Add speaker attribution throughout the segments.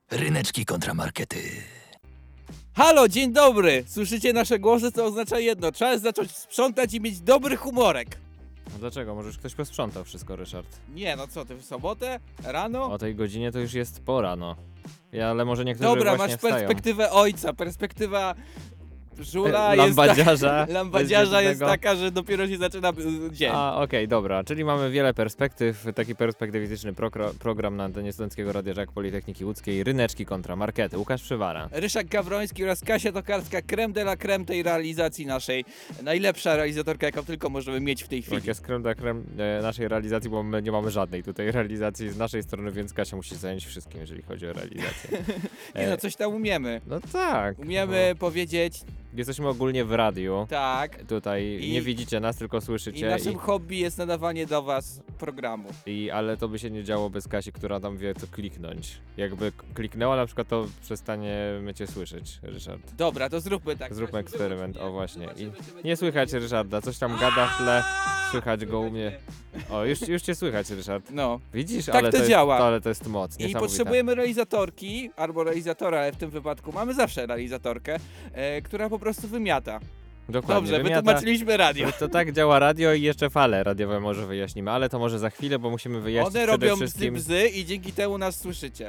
Speaker 1: Ryneczki kontramarkety.
Speaker 2: Halo, dzień dobry! Słyszycie nasze głosy, co oznacza jedno. Trzeba zacząć sprzątać i mieć dobry humorek.
Speaker 3: A dlaczego? Może już ktoś posprzątał wszystko, Ryszard?
Speaker 2: Nie, no co ty, w sobotę? Rano?
Speaker 3: O tej godzinie to już jest pora, no. Ale może niektórzy
Speaker 2: Dobra,
Speaker 3: właśnie
Speaker 2: masz
Speaker 3: wstają.
Speaker 2: perspektywę ojca, perspektywa żula jest
Speaker 3: Lambadziarza.
Speaker 2: lambadziarza jest
Speaker 3: bezwiednego.
Speaker 2: taka, że dopiero się zaczyna dzień.
Speaker 3: Okej, dobra, czyli mamy wiele perspektyw, taki perspektywistyczny program na antenie Studenckiego Radia Żak Politechniki Łódzkiej, Ryneczki kontra Markety. Łukasz Przywara.
Speaker 2: Ryszard Gawroński oraz Kasia Tokarska, creme de la creme tej realizacji naszej. Najlepsza realizatorka, jaką tylko możemy mieć w tej chwili.
Speaker 3: Tak jest creme de la creme naszej realizacji, bo my nie mamy żadnej tutaj realizacji z naszej strony, więc Kasia musi zająć wszystkim, jeżeli chodzi o realizację.
Speaker 2: Nie no, coś tam umiemy.
Speaker 3: No tak.
Speaker 2: Umiemy powiedzieć
Speaker 3: Jesteśmy ogólnie w radiu.
Speaker 2: tak.
Speaker 3: Tutaj
Speaker 2: I-
Speaker 3: nie widzicie nas, tylko
Speaker 2: I
Speaker 3: słyszycie.
Speaker 2: naszym hobby jest nadawanie do was programu.
Speaker 3: Ale to by się nie działo bez Kasi, która tam wie co kliknąć. Jakby kliknęła na przykład, to przestaniemy cię słyszeć, Ryszard.
Speaker 2: Dobra, to zróbmy tak.
Speaker 3: Zróbmy eksperyment, o właśnie.
Speaker 2: Zobaczymy, czy będzie-
Speaker 3: Nie słychać Ryszarda, coś tam gada w tle, słychać go u mnie. O, już cię słychać, Ryszard.
Speaker 2: No.
Speaker 3: Widzisz?
Speaker 2: Tak
Speaker 3: ale
Speaker 2: to
Speaker 3: jest,
Speaker 2: działa.
Speaker 3: Ale to jest moc,
Speaker 2: I
Speaker 3: niesamowita.
Speaker 2: potrzebujemy realizatorki, albo realizatora, ale w tym wypadku mamy zawsze realizatorkę, która po prostu wymiata.
Speaker 3: Dokładnie,
Speaker 2: Dobrze,
Speaker 3: wymiata.
Speaker 2: wytłumaczyliśmy radio.
Speaker 3: To tak działa radio i jeszcze fale radiowe może wyjaśnimy, ale to może za chwilę, bo musimy wyjaśnić
Speaker 2: One
Speaker 3: przede
Speaker 2: robią
Speaker 3: wszystkim...
Speaker 2: bzy i dzięki temu nas słyszycie.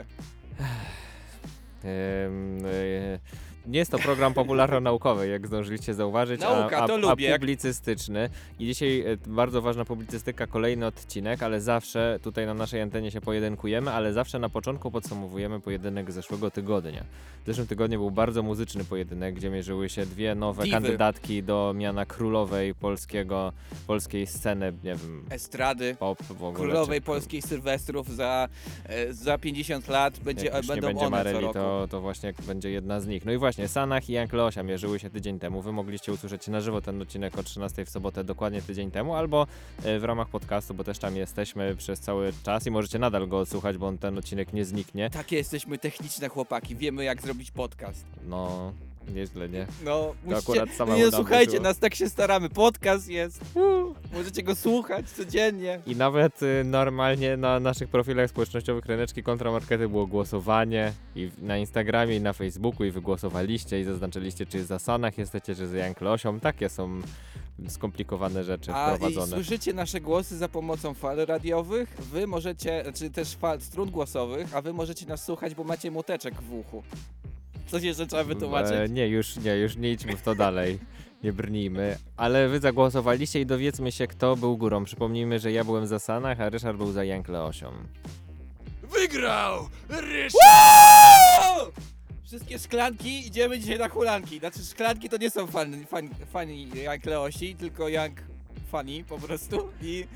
Speaker 3: Nie jest to program popularno-naukowy, jak zdążyliście zauważyć,
Speaker 2: Nauka, to
Speaker 3: a
Speaker 2: lubię.
Speaker 3: publicystyczny. I dzisiaj bardzo ważna publicystyka, kolejny odcinek, ale zawsze tutaj na naszej antenie się pojedynkujemy, ale zawsze na początku podsumowujemy pojedynek zeszłego tygodnia. W zeszłym tygodniu był bardzo muzyczny pojedynek, gdzie mierzyły się dwie nowe
Speaker 2: Diwy.
Speaker 3: kandydatki do miana królowej polskiej sceny, nie wiem,
Speaker 2: Estrady.
Speaker 3: pop w ogóle.
Speaker 2: Królowej
Speaker 3: czy-
Speaker 2: polskiej Sylwestrów za 50 lat
Speaker 3: Jak już nie
Speaker 2: będą
Speaker 3: będzie
Speaker 2: one co
Speaker 3: Maryli,
Speaker 2: roku.
Speaker 3: to właśnie będzie jedna z nich. No i właśnie, Sanach i Jan Kleosia mierzyły się tydzień temu. Wy mogliście usłyszeć na żywo ten odcinek o 13 w sobotę, dokładnie tydzień temu, albo w ramach podcastu, bo też tam jesteśmy przez cały czas i możecie nadal go odsłuchać, bo ten odcinek nie zniknie.
Speaker 2: Takie jesteśmy techniczne chłopaki, wiemy jak zrobić podcast.
Speaker 3: No, nieźle, nie?
Speaker 2: No, musicie,
Speaker 3: akurat samemu
Speaker 2: nie
Speaker 3: nam
Speaker 2: słuchajcie
Speaker 3: wyszło.
Speaker 2: nas, tak się staramy. Podcast jest. Możecie go słuchać codziennie.
Speaker 3: I nawet normalnie na naszych profilach społecznościowych Ryneczki kontra Markety było głosowanie i na Instagramie i na Facebooku i wygłosowaliście i zaznaczyliście, czy za Sanach jesteście, czy za Jan Kleosią. Takie są skomplikowane rzeczy
Speaker 2: A i
Speaker 3: wprowadzone.
Speaker 2: słyszycie nasze głosy za pomocą fal radiowych. Wy możecie, znaczy też fal strun głosowych, a wy możecie nas słuchać, bo macie młoteczek w uchu. Coś jeszcze trzeba wytłumaczyć?
Speaker 3: Już nie idźmy w to dalej. Nie brnijmy. Ale wy zagłosowaliście i dowiedzmy się, kto był górą. Przypomnijmy, że ja byłem za Sanach, a Ryszard był za Jan Kleosią.
Speaker 1: Wygrał Ryszard!
Speaker 2: Wow! Wszystkie szklanki, idziemy dzisiaj na hulanki. Znaczy szklanki to nie są fani Jank Leosi, tylko Jank fani po prostu.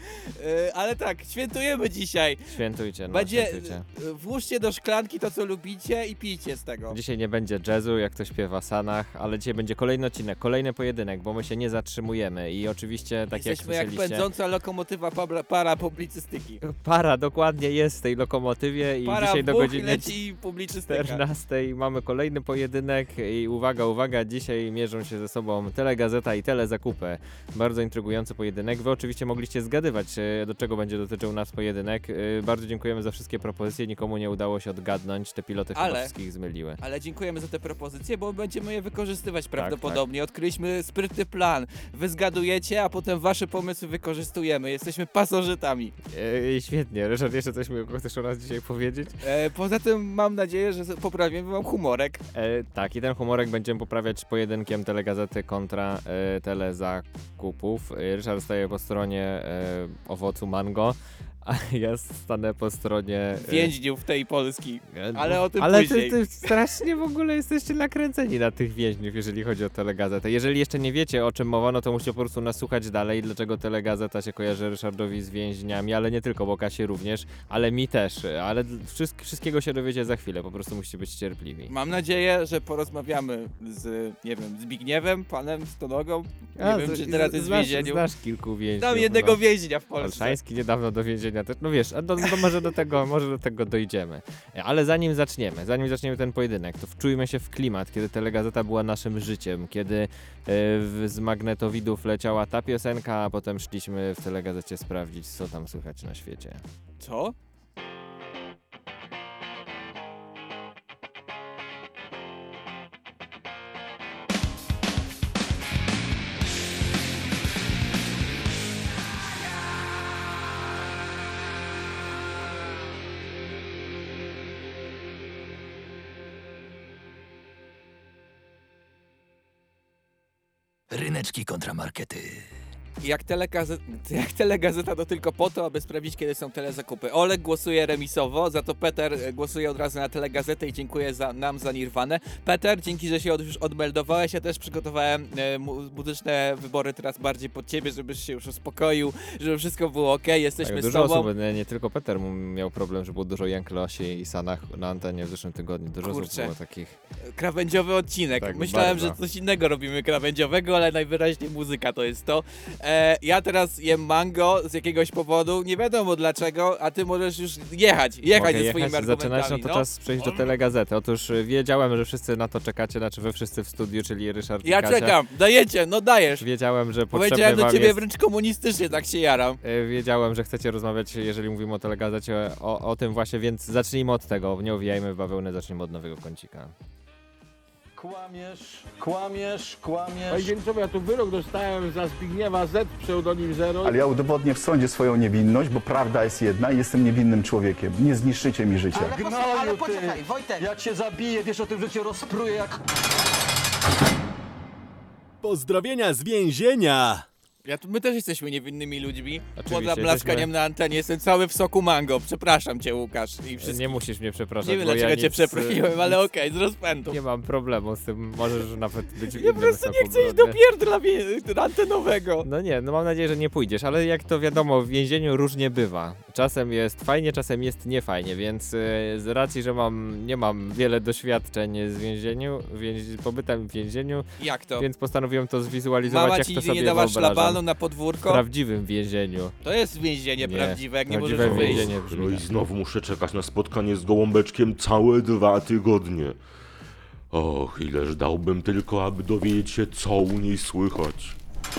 Speaker 2: Ale tak, świętujemy dzisiaj.
Speaker 3: Świętujcie, no
Speaker 2: Będzie,
Speaker 3: świętujcie.
Speaker 2: włóżcie do szklanki to co lubicie i pijcie z tego.
Speaker 3: Dzisiaj nie będzie jazzu, jak to śpiewa Sanach, ale dzisiaj będzie kolejny odcinek, kolejny pojedynek, bo my się nie zatrzymujemy i oczywiście, tak
Speaker 2: Jesteśmy
Speaker 3: jak
Speaker 2: jak
Speaker 3: słyszeliście...
Speaker 2: pędząca lokomotywa para publicystyki.
Speaker 3: Para dokładnie jest w tej lokomotywie i
Speaker 2: Para
Speaker 3: dzisiaj
Speaker 2: w
Speaker 3: do
Speaker 2: buch
Speaker 3: godziny
Speaker 2: leci publicystyka.
Speaker 3: 14 mamy kolejny pojedynek i uwaga, dzisiaj mierzą się ze sobą Telegazeta i Telezakupy. Bardzo intrygujący pojedynek. Wy oczywiście mogliście zgadywać, do czego będzie dotyczył nas pojedynek. Bardzo dziękujemy za wszystkie propozycje, nikomu nie udało się odgadnąć, te piloty chyba
Speaker 2: Ale-
Speaker 3: wszystkich zmyliły.
Speaker 2: Ale dziękujemy za te propozycje, bo będziemy je wykorzystywać
Speaker 3: Tak,
Speaker 2: prawdopodobnie. Odkryliśmy sprytny plan. Wy zgadujecie, a potem wasze pomysły wykorzystujemy. Jesteśmy pasożytami.
Speaker 3: Świetnie, Ryszard, jeszcze coś miłego chcesz o nas dzisiaj powiedzieć?
Speaker 2: Poza tym mam nadzieję, że poprawimy wam humorek.
Speaker 3: Tak, i ten humorek będziemy poprawiać pojedynkiem Telegazety kontra Telezakupów. Ryszard staje po stronie owocu mango, a ja stanę po stronie...
Speaker 2: Więźniów tej Polski.
Speaker 3: no,
Speaker 2: ale o tym
Speaker 3: ale
Speaker 2: później.
Speaker 3: ty strasznie w ogóle jesteście nakręceni na tych więźniów, jeżeli chodzi o Telegazetę. Jeżeli jeszcze nie wiecie, o czym mowa, no to musicie po prostu nas słuchać dalej, dlaczego Telegazeta się kojarzy Ryszardowi z więźniami, ale nie tylko, bo Kasie również, ale mi też. Ale wszystkiego się dowiecie za chwilę, po prostu musicie być cierpliwi.
Speaker 2: Mam nadzieję, że porozmawiamy z, nie wiem, Zbigniewem, panem Stonogą. Nie wiem, czy teraz jest w więzieniu.
Speaker 3: Znasz kilku więźniów.
Speaker 2: Tam jednego więźnia w Polsce.
Speaker 3: Olszański niedawno do więzienia też. No wiesz, może do tego dojdziemy. Ale zanim zaczniemy ten pojedynek, to wczujmy się w klimat, kiedy Telegazeta była naszym życiem, kiedy z magnetowidów leciała ta piosenka, a potem szliśmy w Telegazecie sprawdzić, co tam słychać na świecie.
Speaker 2: Co?
Speaker 1: Ryneczki kontramarkety.
Speaker 2: Jak telegazeta to tylko po to, aby sprawdzić, kiedy są telezakupy. Oleg głosuje remisowo, za to Peter głosuje od razu na telegazetę i dziękuję nam za Nirwanę. Peter, dzięki, że się już odmeldowałeś, ja też przygotowałem muzyczne wybory teraz bardziej pod ciebie, żebyś się już uspokoił, żeby wszystko było okej, jesteśmy
Speaker 3: Tak,
Speaker 2: z
Speaker 3: dużo
Speaker 2: tobą.
Speaker 3: osób, nie tylko Peter miał problem, że było dużo Janklosi i Sanach na antenie w zeszłym tygodniu. Dużo osób
Speaker 2: Kurczę.
Speaker 3: było takich.
Speaker 2: Krawędziowy odcinek.
Speaker 3: Tak,
Speaker 2: Myślałem,
Speaker 3: bardzo.
Speaker 2: że coś innego robimy krawędziowego, ale najwyraźniej muzyka to jest to. Ja teraz jem mango z jakiegoś powodu, nie wiadomo dlaczego, a ty możesz już jechać
Speaker 3: Mogę
Speaker 2: ze swoimi argumentami.
Speaker 3: zaczynać, no to czas przejść do telegazety. Otóż wiedziałem, że wszyscy na to czekacie, znaczy wy wszyscy w studiu, czyli Ryszard i
Speaker 2: Ja
Speaker 3: Kasia.
Speaker 2: czekam, dajecie, no dajesz.
Speaker 3: Wiedziałem, że potrzebny
Speaker 2: Powiedziałem do
Speaker 3: wam
Speaker 2: ciebie
Speaker 3: jest...
Speaker 2: wręcz komunistycznie, tak się jaram.
Speaker 3: Wiedziałem, że chcecie rozmawiać, jeżeli mówimy o telegazecie, o tym właśnie, więc zacznijmy od tego. Nie owijajmy w bawełnę, zacznijmy od nowego kącika.
Speaker 4: Kłamiesz, kłamiesz, kłamiesz.
Speaker 5: Panie Dzielcowy, ja tu wyrok dostałem za Zbigniewa Z, pseudonim Zero.
Speaker 6: Ale ja udowodnię w sądzie swoją niewinność, bo prawda jest jedna i jestem niewinnym człowiekiem. Nie zniszczycie mi życia.
Speaker 4: Gnoju,
Speaker 7: poczekaj,
Speaker 4: ty.
Speaker 7: Wojtek.
Speaker 4: Jak cię zabiję, wiesz o tym, że cię rozpruję jak...
Speaker 8: Pozdrowienia z więzienia!
Speaker 2: My też jesteśmy niewinnymi ludźmi.
Speaker 3: Oczywiście,
Speaker 2: Poza blaskaniem na antenie jestem cały w soku mango. Przepraszam cię, Łukasz. I wszystkich.
Speaker 3: Nie musisz mnie przepraszać,
Speaker 2: Nie wiem,
Speaker 3: bo
Speaker 2: dlaczego
Speaker 3: ja
Speaker 2: cię
Speaker 3: nic,
Speaker 2: przeprosiłem, ale okej, z rozpędu.
Speaker 3: Nie mam problemu z tym, możesz nawet być w
Speaker 2: Ja
Speaker 3: innym
Speaker 2: po prostu nie
Speaker 3: soku
Speaker 2: chcę iść do
Speaker 3: brody.
Speaker 2: pierdla antenowego.
Speaker 3: No nie, no mam nadzieję, że nie pójdziesz, ale jak to wiadomo, w więzieniu różnie bywa. Czasem jest fajnie, czasem jest niefajnie, więc z racji, że nie mam wiele doświadczeń z pobytem w więzieniu,
Speaker 2: Jak to?
Speaker 3: więc postanowiłem to zwizualizować,
Speaker 2: Mama
Speaker 3: jak
Speaker 2: ci
Speaker 3: to sobie
Speaker 2: nie dała
Speaker 3: wyobrażam.
Speaker 2: szlabanu na
Speaker 3: W
Speaker 2: podwórko?
Speaker 3: prawdziwym więzieniu.
Speaker 2: To jest więzienie
Speaker 3: Nie,
Speaker 2: prawdziwe, jak nie
Speaker 3: prawdziwe
Speaker 2: możesz wyjść.
Speaker 3: więzienie brzmi
Speaker 9: No i
Speaker 3: tak.
Speaker 9: znowu muszę czekać na spotkanie z Gołąbeczkiem całe 2 tygodnie. Och, ileż dałbym tylko, aby dowiedzieć się, co u niej słychać.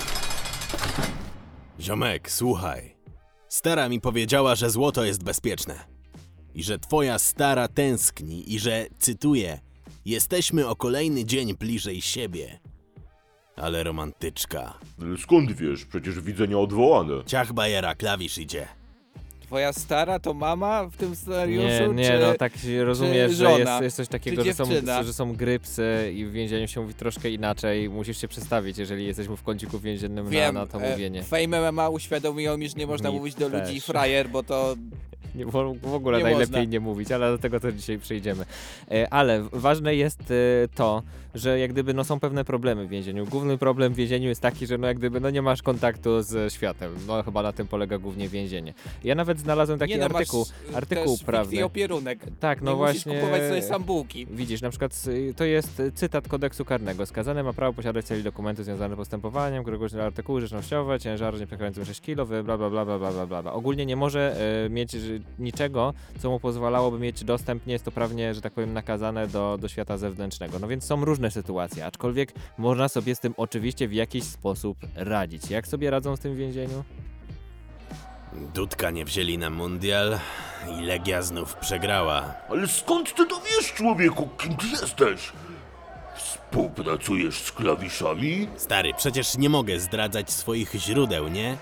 Speaker 8: Ziomek, słuchaj. Stara mi powiedziała, że złoto jest bezpieczne. I że twoja stara tęskni i że, cytuję, jesteśmy o kolejny dzień bliżej siebie. Ale romantyczka.
Speaker 9: Skąd wiesz? Przecież widzę nieodwołane.
Speaker 8: Ciach bajera, klawisz idzie.
Speaker 2: Twoja stara to mama w tym scenariuszu?
Speaker 3: Nie,
Speaker 2: czy...
Speaker 3: no tak się rozumiesz, że
Speaker 2: żona?
Speaker 3: jest coś takiego, że
Speaker 2: dziewczyna?
Speaker 3: są grypsy i w więzieniu się mówi troszkę inaczej. Musisz się przestawić, jeżeli jesteśmy w kąciku więziennym
Speaker 2: Wiem,
Speaker 3: na to mówienie.
Speaker 2: Fame MMA uświadomiło mi, że nie można
Speaker 3: Mi
Speaker 2: mówić do ludzi
Speaker 3: też.
Speaker 2: frajer, bo to...
Speaker 3: Nie, w ogóle
Speaker 2: Nie
Speaker 3: najlepiej
Speaker 2: można.
Speaker 3: nie mówić, ale do tego to dzisiaj przejdziemy. Ale ważne jest to, że jak gdyby są pewne problemy w więzieniu. Główny problem w więzieniu jest taki, że jak gdyby nie masz kontaktu z światem. No chyba na tym polega głównie więzienie. Ja nawet znalazłem taki
Speaker 2: nie, no,
Speaker 3: artykuł
Speaker 2: też
Speaker 3: prawny.
Speaker 2: i opierunek.
Speaker 3: Tak, no
Speaker 2: nie
Speaker 3: właśnie.
Speaker 2: musisz kupować sobie sam bułki.
Speaker 3: Widzisz, na przykład to jest cytat kodeksu karnego. Skazany ma prawo posiadać celi dokumenty związane z postępowaniem, któregoś artykuły rzecznościowe, ciężar nie przekraczający 6 kg, bla bla bla bla bla bla bla. Ogólnie nie może mieć niczego, co mu pozwalałoby mieć dostęp, nie jest to prawnie, że tak powiem, nakazane do świata zewnętrznego. No więc są różne sytuacje, aczkolwiek można sobie z tym oczywiście w jakiś sposób radzić. Jak sobie radzą z tym w więzieniu?
Speaker 8: Dudka nie wzięli na mundial i Legia znów przegrała.
Speaker 9: Ale skąd ty to wiesz, człowieku? Kim ty jesteś? Współpracujesz z klawiszami?
Speaker 8: Stary, przecież nie mogę zdradzać swoich źródeł, nie?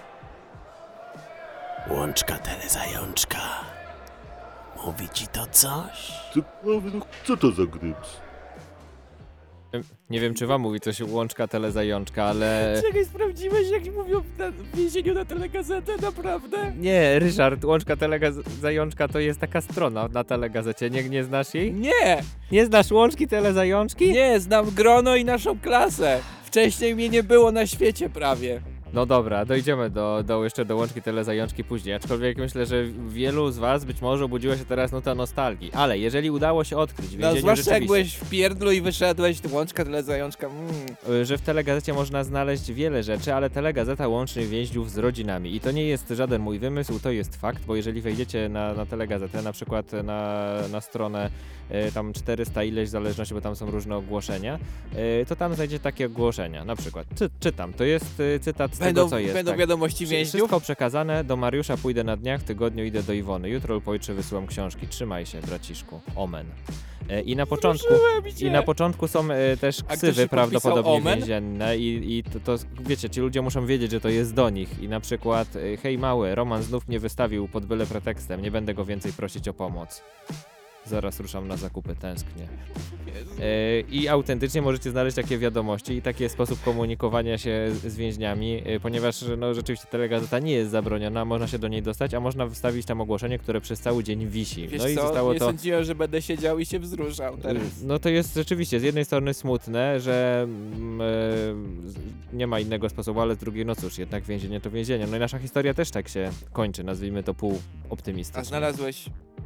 Speaker 8: Łączka telezajączka. Mówi ci to coś?
Speaker 9: Ty, co to za gryps?
Speaker 3: Nie wiem, czy wam mówi coś łączka, telezajączka, ale...
Speaker 2: Czekaj, sprawdziłeś, jak mówią w więzieniu na telegazetę, naprawdę?
Speaker 3: Nie, Ryszard, łączka, telezajączka to jest taka strona na telegazecie. Nie znasz jej?
Speaker 2: Nie,
Speaker 3: Nie znasz łączki, telezajączki?
Speaker 2: nie, znam grono i naszą klasę. Wcześniej mnie nie było na świecie prawie.
Speaker 3: No dobra, dojdziemy jeszcze do łączki, telezajączki później, aczkolwiek myślę, że wielu z was być może obudziło się teraz nuta nostalgii, ale jeżeli udało się odkryć w
Speaker 2: No,
Speaker 3: więzieniu
Speaker 2: zwłaszcza jak
Speaker 3: rzeczywiście,
Speaker 2: byłeś w pierdlu i wyszedłeś, to łączka, telezajączka,
Speaker 3: że w telegazecie można znaleźć wiele rzeczy, ale telegazeta łączy więźniów z rodzinami i to nie jest żaden mój wymysł, to jest fakt, bo jeżeli wejdziecie na telegazetę, na przykład na stronę tam 400 ileś w zależności, bo tam są różne ogłoszenia, to tam znajdziecie takie ogłoszenia, na przykład, czytam, to jest cytat z tego, co jest.
Speaker 2: Będą
Speaker 3: tak.
Speaker 2: wiadomości więźniów?
Speaker 3: Wszystko przekazane, do Mariusza pójdę na dniach, w tygodniu idę do Iwony, jutro lub pojutrze wysyłam książki, trzymaj się, braciszku, omen. I na początku są też
Speaker 2: A ktoś
Speaker 3: ksywy
Speaker 2: się
Speaker 3: prawdopodobnie
Speaker 2: podpisał omen?
Speaker 3: więzienne i to wiecie, ci ludzie muszą wiedzieć, że to jest do nich i na przykład hej mały, Roman znów mnie wystawił pod byle pretekstem, nie będę go więcej prosić o pomoc. Zaraz ruszam na zakupy, tęsknię. I autentycznie możecie znaleźć takie wiadomości i taki sposób komunikowania się z więźniami, ponieważ no, rzeczywiście telegazeta nie jest zabroniona, można się do niej dostać, a można wstawić tam ogłoszenie, które przez cały dzień wisi.
Speaker 2: Wiesz
Speaker 3: No i
Speaker 2: co,
Speaker 3: zostało
Speaker 2: nie
Speaker 3: to...
Speaker 2: sądziłem, że będę siedział i się wzruszał teraz.
Speaker 3: No to jest rzeczywiście z jednej strony smutne, że nie ma innego sposobu, ale z drugiej no cóż, jednak więzienie to więzienie. No i nasza historia też tak się kończy, nazwijmy to półoptymistycznie.
Speaker 2: A znalazłeś...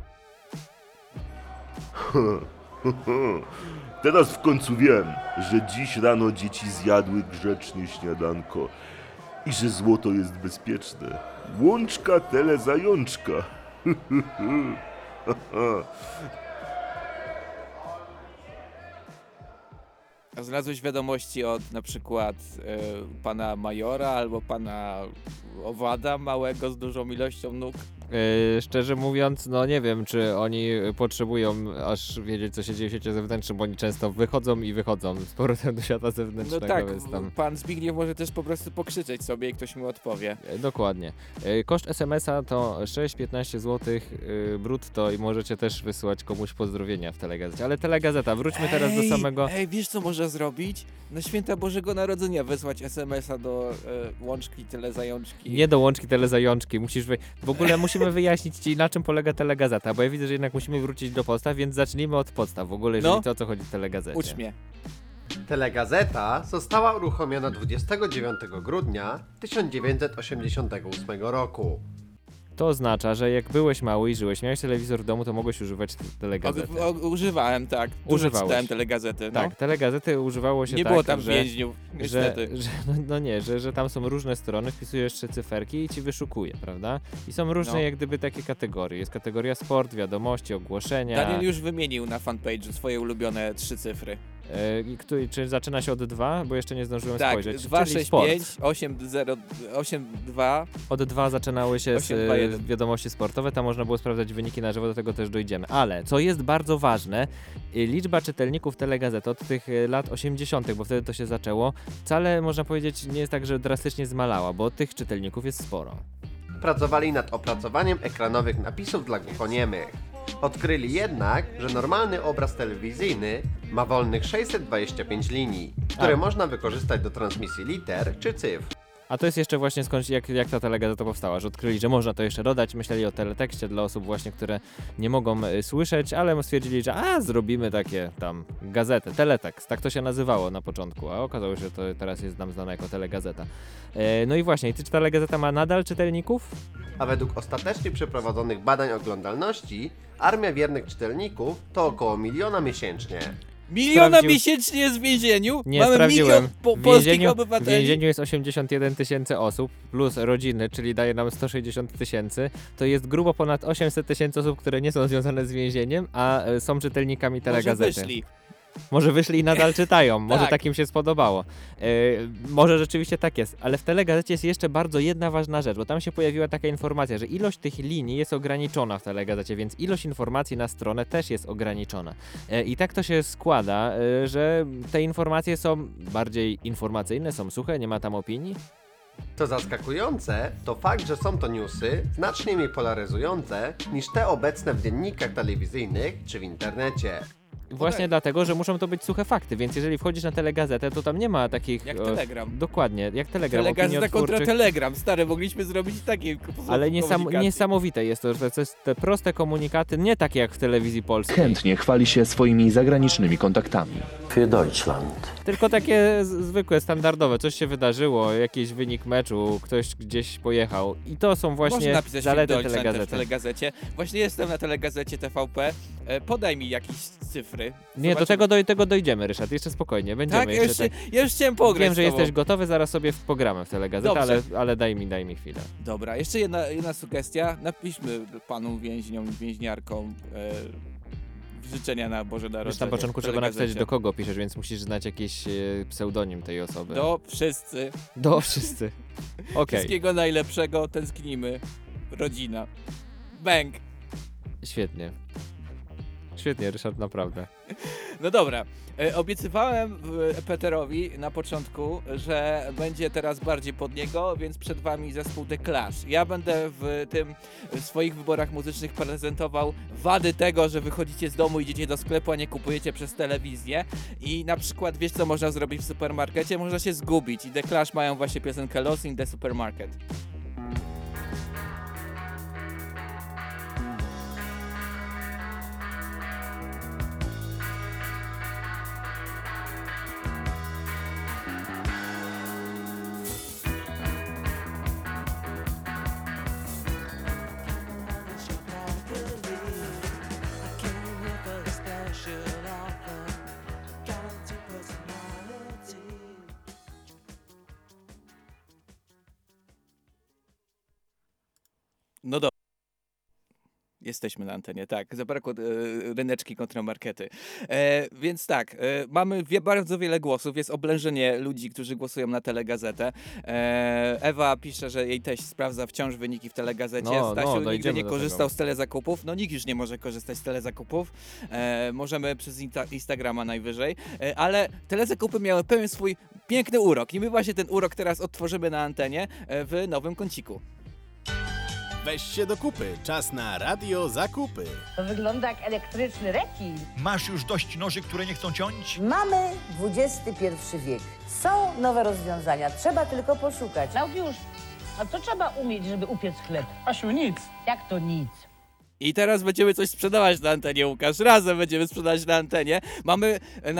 Speaker 9: Teraz w końcu wiem, że dziś rano dzieci zjadły grzecznie śniadanko i że złoto jest bezpieczne. Łączka, tele, zajączka.
Speaker 2: A znalazłeś wiadomości od na przykład pana majora albo pana owada małego z dużą ilością nóg?
Speaker 3: Szczerze mówiąc, no nie wiem, czy oni potrzebują aż wiedzieć, co się dzieje w świecie zewnętrznym, bo oni często wychodzą i wychodzą z powrotem do świata
Speaker 2: No
Speaker 3: zewnętrznego,
Speaker 2: tak,
Speaker 3: więc tam...
Speaker 2: pan Zbigniew może też po prostu pokrzyczeć sobie i ktoś mu odpowie.
Speaker 3: Dokładnie. Koszt SMS-a to 6-15 zł brutto i możecie też wysłać komuś pozdrowienia w telegazecie. Ale telegazeta, wróćmy teraz do samego...
Speaker 2: Ej, wiesz co można zrobić? Na święta Bożego Narodzenia wysłać SMS-a do łączki, tyle zajączki.
Speaker 3: Nie do łączki telezajączki, musisz w ogóle musimy wyjaśnić ci, na czym polega telegazeta, bo ja widzę, że jednak musimy wrócić do podstaw, więc zacznijmy od podstaw w ogóle, jeżeli to o co chodzi w telegazecie.
Speaker 2: Ucz mnie.
Speaker 7: Telegazeta została uruchomiona 29 grudnia 1988 roku.
Speaker 3: To oznacza, że jak byłeś mały i żyłeś, miałeś telewizor w domu, to mogłeś używać telegazety.
Speaker 2: Używałem, tak. Dużo
Speaker 3: Używałeś.
Speaker 2: czytałem telegazety, no.
Speaker 3: Tak, telegazety używało się
Speaker 2: Nie
Speaker 3: tak,
Speaker 2: było tam
Speaker 3: że...
Speaker 2: więźniów, niestety.
Speaker 3: że tam są różne strony, wpisujesz jeszcze cyferki i ci wyszukuje, prawda? I są różne
Speaker 2: No.
Speaker 3: jak gdyby takie kategorie. Jest kategoria sport, wiadomości, ogłoszenia.
Speaker 2: Daniel już wymienił na fanpage'u swoje ulubione 3 cyfry.
Speaker 3: Czy zaczyna się od 2? Bo jeszcze nie zdążyłem
Speaker 2: Tak,
Speaker 3: spojrzeć.
Speaker 2: 2,
Speaker 3: Czyli
Speaker 2: 6,
Speaker 3: sport.
Speaker 2: 5, 8, 0, 8, 2.
Speaker 3: Od 2 zaczynały się
Speaker 2: 8, 2, 1.
Speaker 3: wiadomości sportowe, tam można było sprawdzać wyniki na żywo, do tego też dojdziemy. Ale, co jest bardzo ważne, liczba czytelników telegazety od tych lat 80., bo wtedy to się zaczęło, wcale można powiedzieć nie jest tak, że drastycznie zmalała, bo tych czytelników jest sporo.
Speaker 7: Pracowali nad opracowaniem ekranowych napisów dla głuchoniemych. Odkryli jednak, że normalny obraz telewizyjny ma wolnych 625 linii, które można wykorzystać do transmisji liter czy cyfr.
Speaker 3: A to jest jeszcze właśnie skąd, jak ta telegazeta powstała, że odkryli, że można to jeszcze dodać, myśleli o teletekście dla osób właśnie, które nie mogą słyszeć, ale stwierdzili, że zrobimy takie tam gazetę, teletekst, tak to się nazywało na początku, a okazało się, że to teraz jest nam znane jako telegazeta. No i właśnie, czy telegazeta ma nadal czytelników?
Speaker 7: A według ostatecznie przeprowadzonych badań oglądalności, armia wiernych czytelników to około 1 miliona miesięcznie.
Speaker 2: Miliona miesięcznie jest w więzieniu?
Speaker 3: Nie,
Speaker 2: Mamy
Speaker 3: sprawdziłem.
Speaker 2: milion polskich
Speaker 3: W
Speaker 2: obywateli?
Speaker 3: więzieniu jest 81 000 osób, plus rodziny, czyli daje nam 160 000. To jest grubo ponad 800 000 osób, które nie są związane z więzieniem, a są czytelnikami telegazety.
Speaker 2: Może wyszli.
Speaker 3: Może wyszli i nadal czytają, może
Speaker 2: Tak.
Speaker 3: tak im się spodobało. Może rzeczywiście tak jest, ale w telegazecie jest jeszcze bardzo jedna ważna rzecz, bo tam się pojawiła taka informacja, że ilość tych linii jest ograniczona w telegazecie, więc ilość informacji na stronę też jest ograniczona. I tak to się składa, że te informacje są bardziej informacyjne, są suche, nie ma tam opinii.
Speaker 7: Co zaskakujące, to fakt, że są to newsy znacznie mniej polaryzujące niż te obecne w dziennikach telewizyjnych czy w internecie.
Speaker 3: Właśnie dlatego, że muszą to być suche fakty, więc jeżeli wchodzisz na telegazetę, to tam nie ma takich...
Speaker 2: Jak Telegram.
Speaker 3: Dokładnie, jak Telegram.
Speaker 2: Telegazeta kontra
Speaker 3: opiniotwórczych.
Speaker 2: Telegram. Stary, mogliśmy zrobić takie
Speaker 3: Ale
Speaker 2: komunikacji.
Speaker 3: niesamowite jest to, że to jest te proste komunikaty, nie takie jak w telewizji polskiej.
Speaker 10: Chętnie chwali się swoimi zagranicznymi kontaktami.
Speaker 4: Für Deutschland.
Speaker 3: Tylko takie zwykłe, standardowe, coś się wydarzyło, jakiś wynik meczu, ktoś gdzieś pojechał. I to są
Speaker 2: Można
Speaker 3: właśnie
Speaker 2: napisać
Speaker 3: zalety
Speaker 2: Deutschland też w
Speaker 3: telegazety.
Speaker 2: telegazecie. Właśnie jestem na telegazecie TVP. Podaj mi jakieś cyfry.
Speaker 3: Nie, do tego dojdziemy, Ryszard, jeszcze spokojnie, będziemy
Speaker 2: Tak,
Speaker 3: jeszcze...
Speaker 2: ja już chciałem pograć
Speaker 3: Wiem, że
Speaker 2: z tobą.
Speaker 3: jesteś gotowy, zaraz sobie pogramy w telegazetę,
Speaker 2: Dobrze.
Speaker 3: ale daj mi chwilę.
Speaker 2: Dobra, jeszcze jedna sugestia. Napiszmy panu więźniom, więźniarkom życzenia na Boże Narodzenie.
Speaker 3: Już na początku
Speaker 2: w
Speaker 3: trzeba napisać,
Speaker 2: telegazecie.
Speaker 3: do kogo piszesz, więc musisz znać jakiś pseudonim tej osoby.
Speaker 2: Do wszyscy.
Speaker 3: Do wszyscy. Okej,
Speaker 2: Wszystkiego najlepszego, tęsknimy. Rodzina. Bęk.
Speaker 3: świetnie. Świetnie, Ryszard, naprawdę.
Speaker 2: No dobra, obiecywałem Peterowi na początku, że będzie teraz bardziej pod niego, więc przed wami zespół The Clash. Ja będę w swoich wyborach muzycznych prezentował wady tego, że wychodzicie z domu, idziecie do sklepu, a nie kupujecie przez telewizję i na przykład wiesz co można zrobić w supermarkecie? Można się zgubić i The Clash mają właśnie piosenkę Lost in the Supermarket. No dobra. Jesteśmy na antenie, tak. Zabrakło ryneczki kontra markety. Więc tak, mamy bardzo wiele głosów. Jest oblężenie ludzi, którzy głosują na Telegazetę. Ewa pisze, że jej teść sprawdza wciąż wyniki w Telegazecie. Stasiu nigdy nie korzystał z telezakupów. No nikt już nie może korzystać z telezakupów. Możemy przez Instagrama najwyżej. Ale telezakupy miały pełen swój piękny urok. I my właśnie ten urok teraz odtworzymy na antenie w nowym kąciku.
Speaker 8: Weź się do kupy, czas na radio zakupy.
Speaker 11: To wygląda jak elektryczny rekin.
Speaker 1: Masz już dość noży, które nie chcą ciąć?
Speaker 11: Mamy XXI wiek. Są nowe rozwiązania, trzeba tylko poszukać.
Speaker 12: Klaudiusz, a co trzeba umieć, żeby upiec chleb?
Speaker 4: Asiu, nic.
Speaker 12: Jak to nic?
Speaker 2: I teraz będziemy coś sprzedawać na antenie, Łukasz. Razem będziemy sprzedawać na antenie. Mamy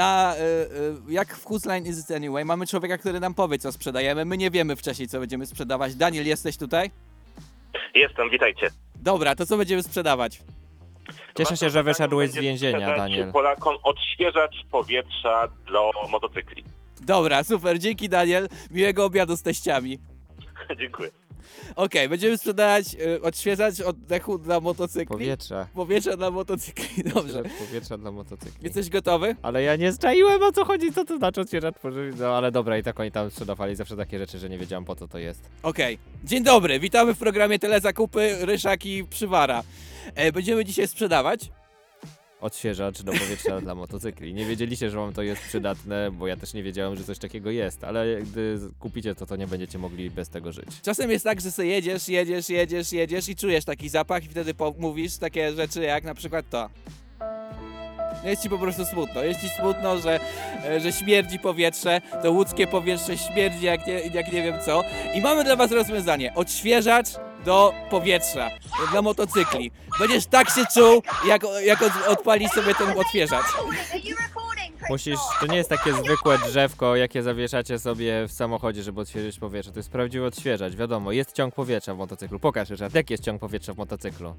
Speaker 2: jak w Whose Line Is It Anyway, mamy człowieka, który nam powie, co sprzedajemy. My nie wiemy wcześniej, co będziemy sprzedawać. Daniel, jesteś tutaj?
Speaker 13: Jestem, witajcie.
Speaker 2: Dobra, to co będziemy sprzedawać?
Speaker 3: Cieszę się, że wyszedłeś z więzienia, Daniel.
Speaker 13: Polakom odświeżacz powietrza dla motocykli.
Speaker 2: Dobra, super, dzięki Daniel. Miłego obiadu z teściami.
Speaker 13: Dziękuję.
Speaker 2: Okej, będziemy sprzedawać odświeżacz oddechu dla motocykli. Powietrza dla motocykli, dobrze.
Speaker 3: Powietrza dla motocykli.
Speaker 2: Jesteś gotowy?
Speaker 3: Ale ja nie zczaiłem, o co chodzi, co to znaczy odświeżacz. No ale dobra, i tak oni tam sprzedawali zawsze takie rzeczy, że nie wiedziałem, po co to jest.
Speaker 2: Okej. Dzień dobry, witamy w programie Telezakupy, Ryszak i Przywara. Będziemy dzisiaj sprzedawać
Speaker 3: Odświeżacz do powietrza dla motocykli. Nie wiedzieliście, że wam to jest przydatne, bo ja też nie wiedziałem, że coś takiego jest, ale gdy kupicie to nie będziecie mogli bez tego żyć.
Speaker 2: Czasem jest tak, że sobie jedziesz i czujesz taki zapach i wtedy mówisz takie rzeczy jak na przykład to. Jest ci po prostu smutno. Jest ci smutno, że śmierdzi powietrze, to łódzkie powietrze śmierdzi jak nie wiem co. I mamy dla was rozwiązanie. Odświeżacz do powietrza dla motocykli. Będziesz tak się czuł, jak odpalisz sobie ten odświeżacz.
Speaker 3: To nie jest takie zwykłe drzewko, jakie zawieszacie sobie w samochodzie, żeby odświeżyć powietrze. To jest prawdziwy odświeżacz, wiadomo. Jest ciąg powietrza w motocyklu. Pokaż, Ryszard, jaki jest ciąg powietrza w motocyklu?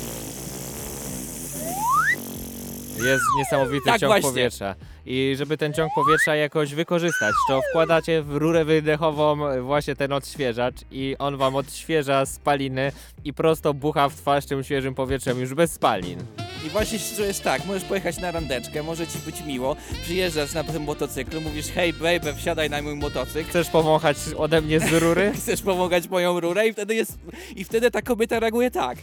Speaker 3: Jest niesamowity ciąg powietrza. I żeby ten ciąg powietrza jakoś wykorzystać, to wkładacie w rurę wydechową właśnie ten odświeżacz i on wam odświeża spaliny i prosto bucha w twarz tym świeżym powietrzem już bez spalin.
Speaker 2: I właśnie się czujesz tak, możesz pojechać na randeczkę, może ci być miło, przyjeżdżasz na tym motocyklu, mówisz hej baby, wsiadaj na mój motocykl.
Speaker 3: Chcesz powąchać ode mnie z rury?
Speaker 2: Chcesz powąchać moją rurę i wtedy ta kobieta reaguje tak.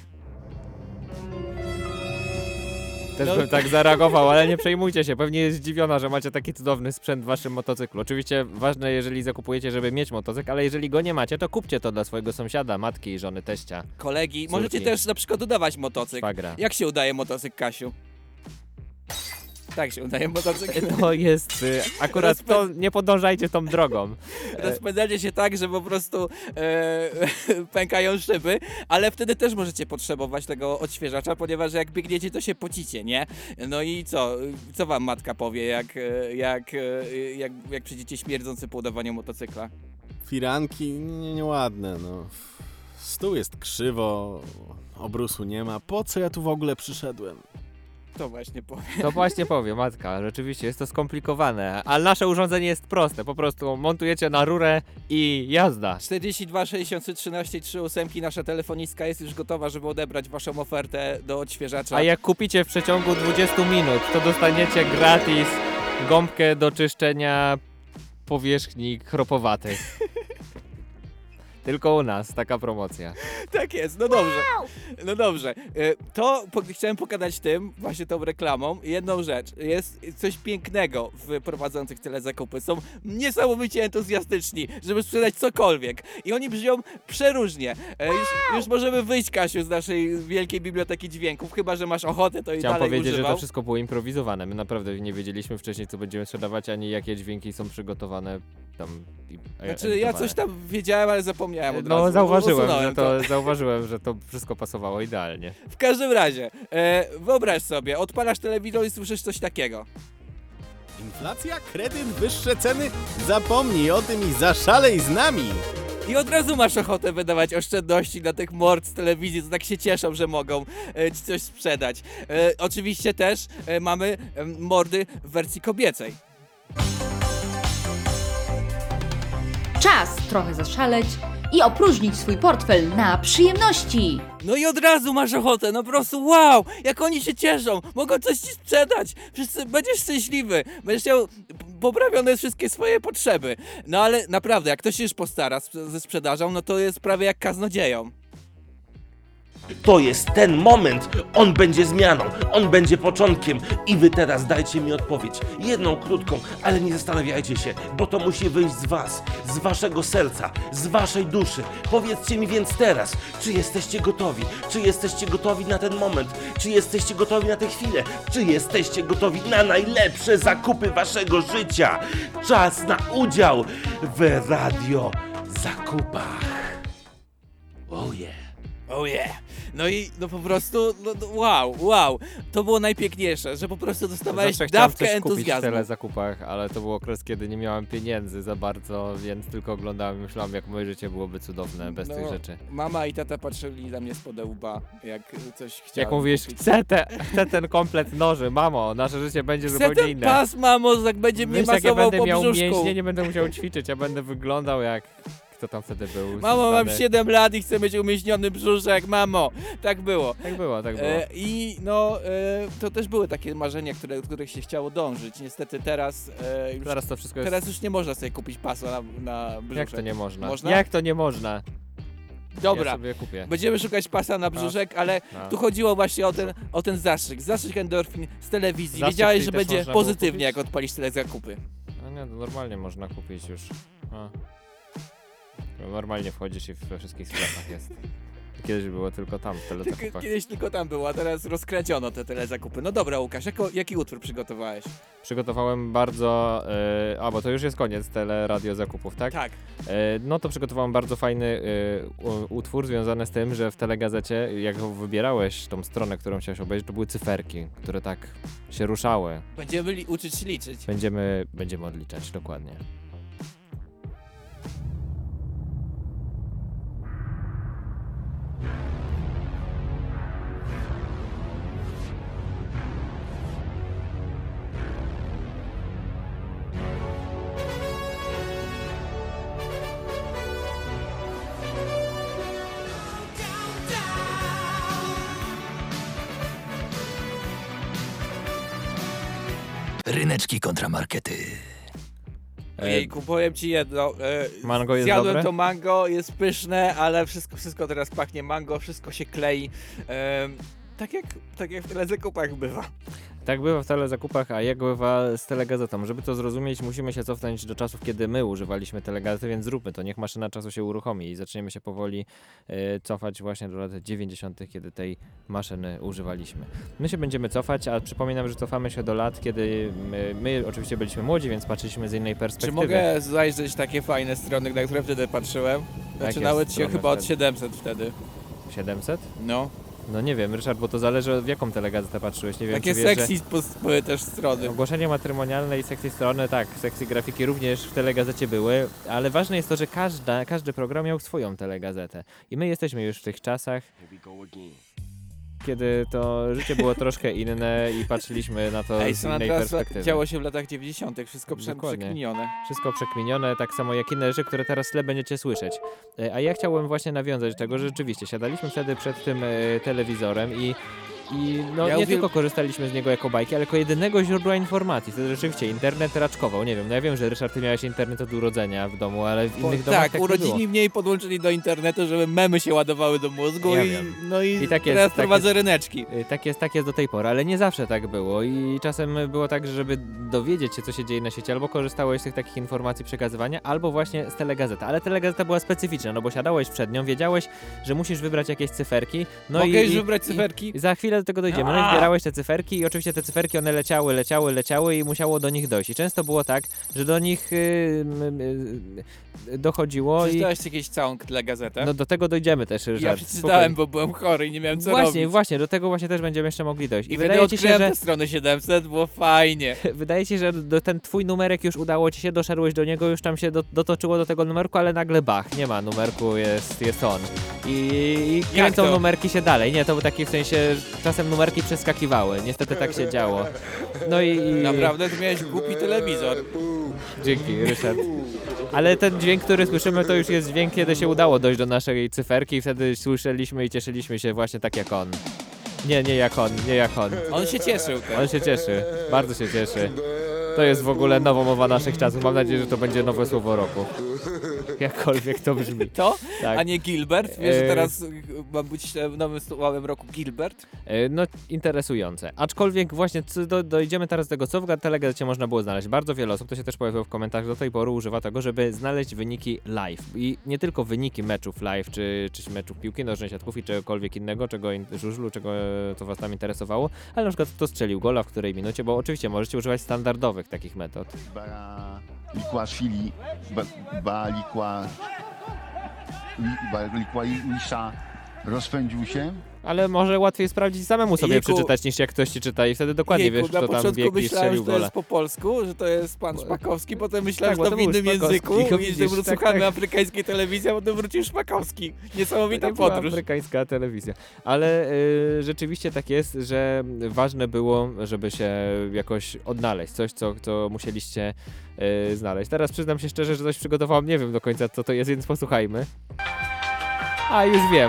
Speaker 3: Też bym tak zareagował, ale nie przejmujcie się, pewnie jest zdziwiona, że macie taki cudowny sprzęt w waszym motocyklu. Oczywiście ważne, jeżeli zakupujecie, żeby mieć motocykl, ale jeżeli go nie macie, to kupcie to dla swojego sąsiada, matki, żony, teścia.
Speaker 2: Kolegi,
Speaker 3: córki.
Speaker 2: możecie też na przykład dodawać motocykl.
Speaker 3: Szwagra.
Speaker 2: Jak się udaje motocykl, Kasiu? Tak się udaje motocykl.
Speaker 3: To jest, akurat to nie podążajcie tą drogą.
Speaker 2: Rozpędzacie się tak, że po prostu pękają szyby, ale wtedy też możecie potrzebować tego odświeżacza, ponieważ jak biegniecie, to się pocicie, nie? No i co? Co wam matka powie, jak przyjdziecie śmierdzący po udawaniu motocykla?
Speaker 8: Firanki nieładne, no. Stół jest krzywo, obrusu nie ma. Po co ja tu w ogóle przyszedłem?
Speaker 2: To
Speaker 3: właśnie powie, matka. Rzeczywiście jest to skomplikowane, ale nasze urządzenie jest proste. Po prostu montujecie na rurę i jazda.
Speaker 2: 42 63 13 38, nasza telefonistka jest już gotowa, żeby odebrać waszą ofertę do odświeżacza.
Speaker 3: A jak kupicie w przeciągu 20 minut, to dostaniecie gratis gąbkę do czyszczenia powierzchni chropowatych. Tylko u nas, taka promocja.
Speaker 2: Tak jest, no dobrze. No dobrze. Chciałem pokazać tym, właśnie tą reklamą, jedną rzecz. Jest coś pięknego w prowadzących telezakupy. Są niesamowicie entuzjastyczni, żeby sprzedać cokolwiek. I oni brzmią przeróżnie. Już możemy wyjść, Kasiu, z naszej wielkiej biblioteki dźwięków, chyba że masz ochotę, to i
Speaker 3: Chciałem
Speaker 2: dalej
Speaker 3: powiedzieć,
Speaker 2: używał.
Speaker 3: że to wszystko było improwizowane. My naprawdę nie wiedzieliśmy wcześniej, co będziemy sprzedawać, ani jakie dźwięki są przygotowane tam.
Speaker 2: Znaczy, ja coś tam wiedziałem, ale zapomniałem od
Speaker 3: No,
Speaker 2: razu.
Speaker 3: zauważyłem, że to wszystko pasowało idealnie.
Speaker 2: W każdym razie, wyobraź sobie, odpalasz telewizor i słyszysz coś takiego.
Speaker 8: Inflacja, kredyt, wyższe ceny? Zapomnij o tym i zaszalej z nami!
Speaker 2: I od razu masz ochotę wydawać oszczędności dla tych mord z telewizji, co tak się cieszą, że mogą ci coś sprzedać. Oczywiście też mamy mordy w wersji kobiecej.
Speaker 14: Czas trochę zaszaleć i opróżnić swój portfel na przyjemności.
Speaker 2: No i od razu masz ochotę, no po prostu wow, jak oni się cieszą, mogą coś ci sprzedać, będziesz szczęśliwy, będziesz miał poprawione wszystkie swoje potrzeby. No ale naprawdę, jak ktoś się już postara ze sprzedażą, no to jest prawie jak kaznodzieją.
Speaker 15: To jest ten moment! On będzie zmianą, on będzie początkiem i wy teraz dajcie mi odpowiedź. Jedną krótką, ale nie zastanawiajcie się, bo to musi wyjść z was, z waszego serca, z waszej duszy. Powiedzcie mi więc teraz, czy jesteście gotowi? Czy jesteście gotowi na ten moment? Czy jesteście gotowi na tę chwilę? Czy jesteście gotowi na najlepsze zakupy waszego życia? Czas na udział w Radio Zakupach. Oh yeah.
Speaker 2: Oh yeah. No i no po prostu, wow, to było najpiękniejsze, że po prostu dostawałeś
Speaker 3: Zawsze chciałem
Speaker 2: dawkę
Speaker 3: coś kupić w
Speaker 2: entuzjazmu.
Speaker 3: telezakupach, ale to był okres, kiedy nie miałem pieniędzy za bardzo, więc tylko oglądałem i myślałem, jak moje życie byłoby cudowne bez tych rzeczy.
Speaker 2: Mama i tata patrzyli na mnie spod łba, jak coś chciałem
Speaker 3: Jak mówisz,
Speaker 2: kupić.
Speaker 3: chcę ten komplet noży, mamo, nasze życie będzie
Speaker 2: Chcę
Speaker 3: zupełnie
Speaker 2: ten
Speaker 3: inne.
Speaker 2: pas, mamo, jak będzie mnie
Speaker 3: Wiesz, jak ja
Speaker 2: masował
Speaker 3: będę
Speaker 2: po
Speaker 3: miał
Speaker 2: brzuszku.
Speaker 3: mięśnie, nie będę musiał ćwiczyć, ja będę wyglądał jak... Kto tam wtedy był?
Speaker 2: Mamo, mam
Speaker 3: znany?
Speaker 2: 7 lat i chcę mieć umieśniony brzuszek, mamo. Tak było.
Speaker 3: Tak było.
Speaker 2: I to też były takie marzenia, do których się chciało dążyć. Niestety teraz
Speaker 3: Teraz to wszystko jest...
Speaker 2: Teraz już nie można sobie kupić pasa na brzuszek.
Speaker 3: Jak to nie można?
Speaker 2: Można?
Speaker 3: Jak to nie można?
Speaker 2: Dobra,
Speaker 3: Ja sobie kupię.
Speaker 2: będziemy szukać pasa na brzuszek, ale tu chodziło właśnie o ten zastrzyk. Zastrzyk endorfin z telewizji.
Speaker 3: Zastrzyk,
Speaker 2: Wiedziałeś,
Speaker 3: czyli
Speaker 2: że
Speaker 3: też
Speaker 2: będzie
Speaker 3: można było
Speaker 2: pozytywnie,
Speaker 3: kupić?
Speaker 2: jak odpalisz telezakupy.
Speaker 3: No nie, to normalnie można kupić już. Normalnie wchodzisz i we wszystkich sklepach jest. Kiedyś było tylko tam, w telezakupach.
Speaker 2: Kiedyś tylko tam było, a teraz rozkradziono te telezakupy. No dobra, Łukasz, jaki utwór przygotowałeś?
Speaker 3: Przygotowałem bardzo... bo to już jest koniec teleradio zakupów, tak?
Speaker 2: Tak.
Speaker 3: No to przygotowałem bardzo fajny utwór związany z tym, że w telegazecie, jak wybierałeś tą stronę, którą chciałeś obejrzeć, to były cyferki, które tak się ruszały.
Speaker 2: Będziemy uczyć się liczyć.
Speaker 3: Będziemy odliczać, dokładnie.
Speaker 1: Ryneczki kontramarkety.
Speaker 2: Ojejku, powiem ci jedno.
Speaker 3: Mango jest
Speaker 2: zjadłem
Speaker 3: dobre?
Speaker 2: to mango, jest pyszne, ale wszystko teraz pachnie mango, wszystko się klei. Tak jak w telezakupach bywa.
Speaker 3: Tak bywa w telezakupach, a jak bywa z telegazetą. Żeby to zrozumieć, musimy się cofnąć do czasów, kiedy my używaliśmy telegazety, więc zróbmy to. Niech maszyna czasu się uruchomi i zaczniemy się powoli cofać właśnie do lat 90., kiedy tej maszyny używaliśmy. My się będziemy cofać, a przypominam, że cofamy się do lat, kiedy my oczywiście byliśmy młodzi, więc patrzyliśmy z innej
Speaker 2: Czy
Speaker 3: perspektywy.
Speaker 2: mogę zajrzeć takie fajne strony, na które wtedy patrzyłem? Zaczynały się
Speaker 3: strony
Speaker 2: chyba od
Speaker 3: wtedy?
Speaker 2: 700 wtedy.
Speaker 3: 700?
Speaker 2: No.
Speaker 3: No nie wiem, Ryszard, bo to zależy w jaką telegazetę patrzyłeś. Nie wiem,
Speaker 2: Takie
Speaker 3: czy wiesz,
Speaker 2: sexy były też strony.
Speaker 3: Ogłoszenia matrymonialne i sexy strony, tak, sexy grafiki również w telegazecie były, ale ważne jest to, że każdy program miał swoją telegazetę. I my jesteśmy już w tych czasach, kiedy to życie było troszkę inne i patrzyliśmy na to z innej perspektywy.
Speaker 2: Działo się w latach 90., wszystko
Speaker 3: Dokładnie.
Speaker 2: przekminione.
Speaker 3: Wszystko przekminione, tak samo jak inne rzeczy, które teraz tle będziecie słyszeć. A ja chciałem właśnie nawiązać do tego, że rzeczywiście siadaliśmy wtedy przed tym telewizorem i I no
Speaker 2: Ja
Speaker 3: nie tylko korzystaliśmy z niego jako bajki, ale jako jedynego źródła informacji. Wtedy rzeczywiście internet raczkował. Nie wiem, no ja wiem, że Ryszard, ty miałeś internet od urodzenia w domu, ale w innych domach
Speaker 2: Tak,
Speaker 3: tak nie było.
Speaker 2: urodzili mnie i podłączyli do internetu, żeby memy się ładowały do mózgu
Speaker 3: Ja
Speaker 2: i
Speaker 3: wiem.
Speaker 2: no i
Speaker 3: tak
Speaker 2: teraz
Speaker 3: jest,
Speaker 2: prowadzę ryneczki.
Speaker 3: Tak jest do tej pory, ale nie zawsze tak było i czasem było tak, że żeby dowiedzieć się, co się dzieje na świecie, albo korzystałeś z tych takich informacji przekazywania, albo właśnie z telegazety. Ale telegazeta była specyficzna, no bo siadałeś przed nią, wiedziałeś, że musisz wybrać jakieś cyferki. No
Speaker 2: Mogę już
Speaker 3: i
Speaker 2: wybrać cyferki?
Speaker 3: I za chwilę do tego dojdziemy. No i zbierałeś te cyferki i oczywiście te cyferki one leciały i musiało do nich dojść. I często było tak, że do nich dochodziło
Speaker 2: Przeczytałeś jakieś całą telegazetę?
Speaker 3: No do tego dojdziemy też, Ryszard.
Speaker 2: Ja przeczytałem, bo byłem chory i nie miałem co robić.
Speaker 3: Właśnie, do tego właśnie też będziemy jeszcze mogli dojść.
Speaker 2: I wydaje ci się, że tę stronę 700, było fajnie.
Speaker 3: Wydaje ci się, że ten twój numerek już udało ci się, doszedłeś do niego, już tam się dotoczyło do tego numerku, ale nagle bach, nie ma numerku, jest on. I kręcą numerki się dalej. Nie, to był taki w sensie, czasem numerki przeskakiwały. Niestety tak się działo. No i...
Speaker 2: Naprawdę, ty miałeś głupi telewizor.
Speaker 3: Dzięki, Ryszard. Ale ten dźwięk, który słyszymy, to już jest dźwięk, kiedy się udało dojść do naszej cyferki i wtedy słyszeliśmy i cieszyliśmy się właśnie tak jak on. Nie jak on.
Speaker 2: On się cieszył.
Speaker 3: On się cieszy, bardzo się cieszy. To jest w ogóle nowomowa naszych czasów. Mam nadzieję, że to będzie nowe słowo roku. Jakkolwiek to brzmi.
Speaker 2: To?
Speaker 3: Tak.
Speaker 2: A nie Gilbert? Wiesz, że teraz ma być w nowym słowem roku Gilbert?
Speaker 3: No, interesujące. Aczkolwiek właśnie dojdziemy teraz do tego, co w telegazecie można było znaleźć. Bardzo wiele osób, to się też pojawiło w komentarzach, do tej pory używa tego, żeby znaleźć wyniki live. I nie tylko wyniki meczów live, czy meczów piłki nożnej, siatkówki, czegokolwiek innego, żużlu, co was tam interesowało, ale na przykład kto strzelił gola, w której minucie, bo oczywiście możecie używać standardowych takich metod.
Speaker 16: Likwaszwili, Likłaisza rozpędził się.
Speaker 3: Ale może łatwiej sprawdzić samemu sobie przeczytać, niż jak ktoś ci czyta i wtedy dokładnie wiesz, kto tam biegł i strzelił gola.
Speaker 2: Że to jest po polsku, że to jest pan Szpakowski, potem myślałem,
Speaker 3: tak,
Speaker 2: że to w innym języku i że słuchamy
Speaker 3: tak.
Speaker 2: afrykańskiej telewizji, a potem wrócił Szpakowski. Niesamowita
Speaker 3: tak
Speaker 2: podróż.
Speaker 3: Afrykańska telewizja. Ale rzeczywiście tak jest, że ważne było, żeby się jakoś odnaleźć. Coś, co musieliście znaleźć. Teraz przyznam się szczerze, że coś przygotowałem, nie wiem do końca, co to jest, więc posłuchajmy. A, już wiem.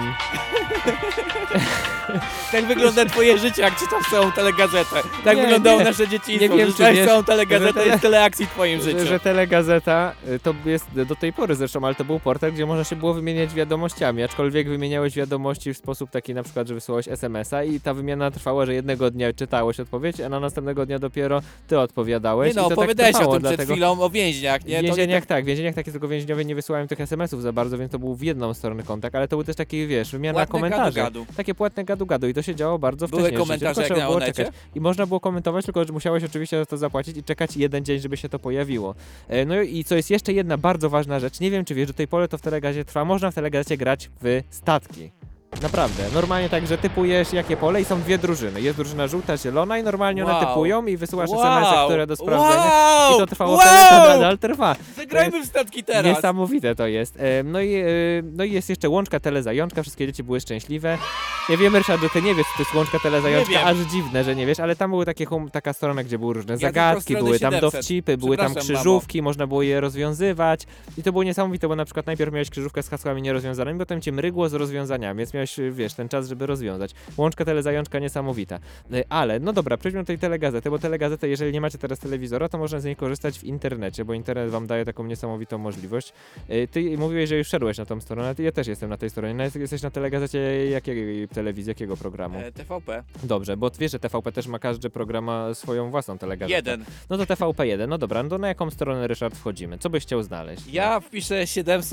Speaker 2: Tak wygląda twoje życie, jak czytasz całą telegazetę. Tak wyglądało nasze dzieciństwo.
Speaker 3: Nie wiem, czy wiesz,
Speaker 2: całą telegazetę jest teleakcji w twoim życiu.
Speaker 3: Że telegazeta to jest do tej pory zresztą, ale to był portal, gdzie można się było wymieniać wiadomościami, aczkolwiek wymieniałeś wiadomości w sposób taki na przykład, że wysyłałeś SMS-a i ta wymiana trwała, że jednego dnia czytałeś odpowiedź, a na następnego dnia dopiero ty odpowiadałeś.
Speaker 2: Nie no,
Speaker 3: i to
Speaker 2: opowiadałeś
Speaker 3: tak trwało,
Speaker 2: o tym przed chwilą, o więźniach, nie?
Speaker 3: W więzieniach tak, tylko więźniowie nie wysyłają tych SMS-ów za bardzo, więc to był w jedną stronę kontakt, ale to był też taki, wiesz, wymiana
Speaker 2: płatne
Speaker 3: komentarzy.
Speaker 2: Gadu.
Speaker 3: Takie płatne gadu-gadu i to się działo bardzo wcześnie.
Speaker 2: Były komentarze jak na Onecie?
Speaker 3: I można było komentować, tylko że musiałeś oczywiście za to zapłacić i czekać jeden dzień, żeby się to pojawiło. No i co jest jeszcze jedna bardzo ważna rzecz, nie wiem czy wiesz, do tej pory to w telegazecie trwa, można w telegazecie grać w statki. Naprawdę, normalnie tak, że typujesz jakie pole i są dwie drużyny. Jest drużyna żółta, zielona i normalnie one typują i wysyłasz SMS-y, które do sprawdzenia. I to trwało wtedy, to nadal trwa.
Speaker 2: Zagrajmy w statki teraz.
Speaker 3: Niesamowite to jest. No i jest jeszcze łączka telezajączka, wszystkie dzieci były szczęśliwe. Ja wiem, Ryszard, że ty nie wiesz, co to jest łączka telezajączka, aż dziwne, że nie wiesz, ale tam były taka strona, gdzie były różne zagadki, były tam dowcipy, były tam krzyżówki, można było je rozwiązywać i to było niesamowite, bo na przykład najpierw miałeś krzyżówkę z hasłami nierozwiązanymi, potem cię mrygło z rozwiązaniami, więc miałeś, wiesz, ten czas, żeby rozwiązać. Łączka telezajączka niesamowita. Ale, no dobra, przejdźmy do tej telegazety, bo telegazetę, jeżeli nie macie teraz telewizora, to można z niej korzystać w internecie, bo internet wam daje taką niesamowitą możliwość. Ty mówiłeś, że już szedłeś na tą stronę, ja też jestem na tej stronie. Jesteś na telegazecie jakiej telewizji, jakiego programu?
Speaker 2: TVP.
Speaker 3: Dobrze, bo wiesz, że TVP też ma, każdy program ma swoją własną telegazetę.
Speaker 2: Jeden.
Speaker 3: No to TVP1, no dobra, no to na jaką stronę, Ryszard, wchodzimy? Co byś chciał znaleźć?
Speaker 2: Ja wpiszę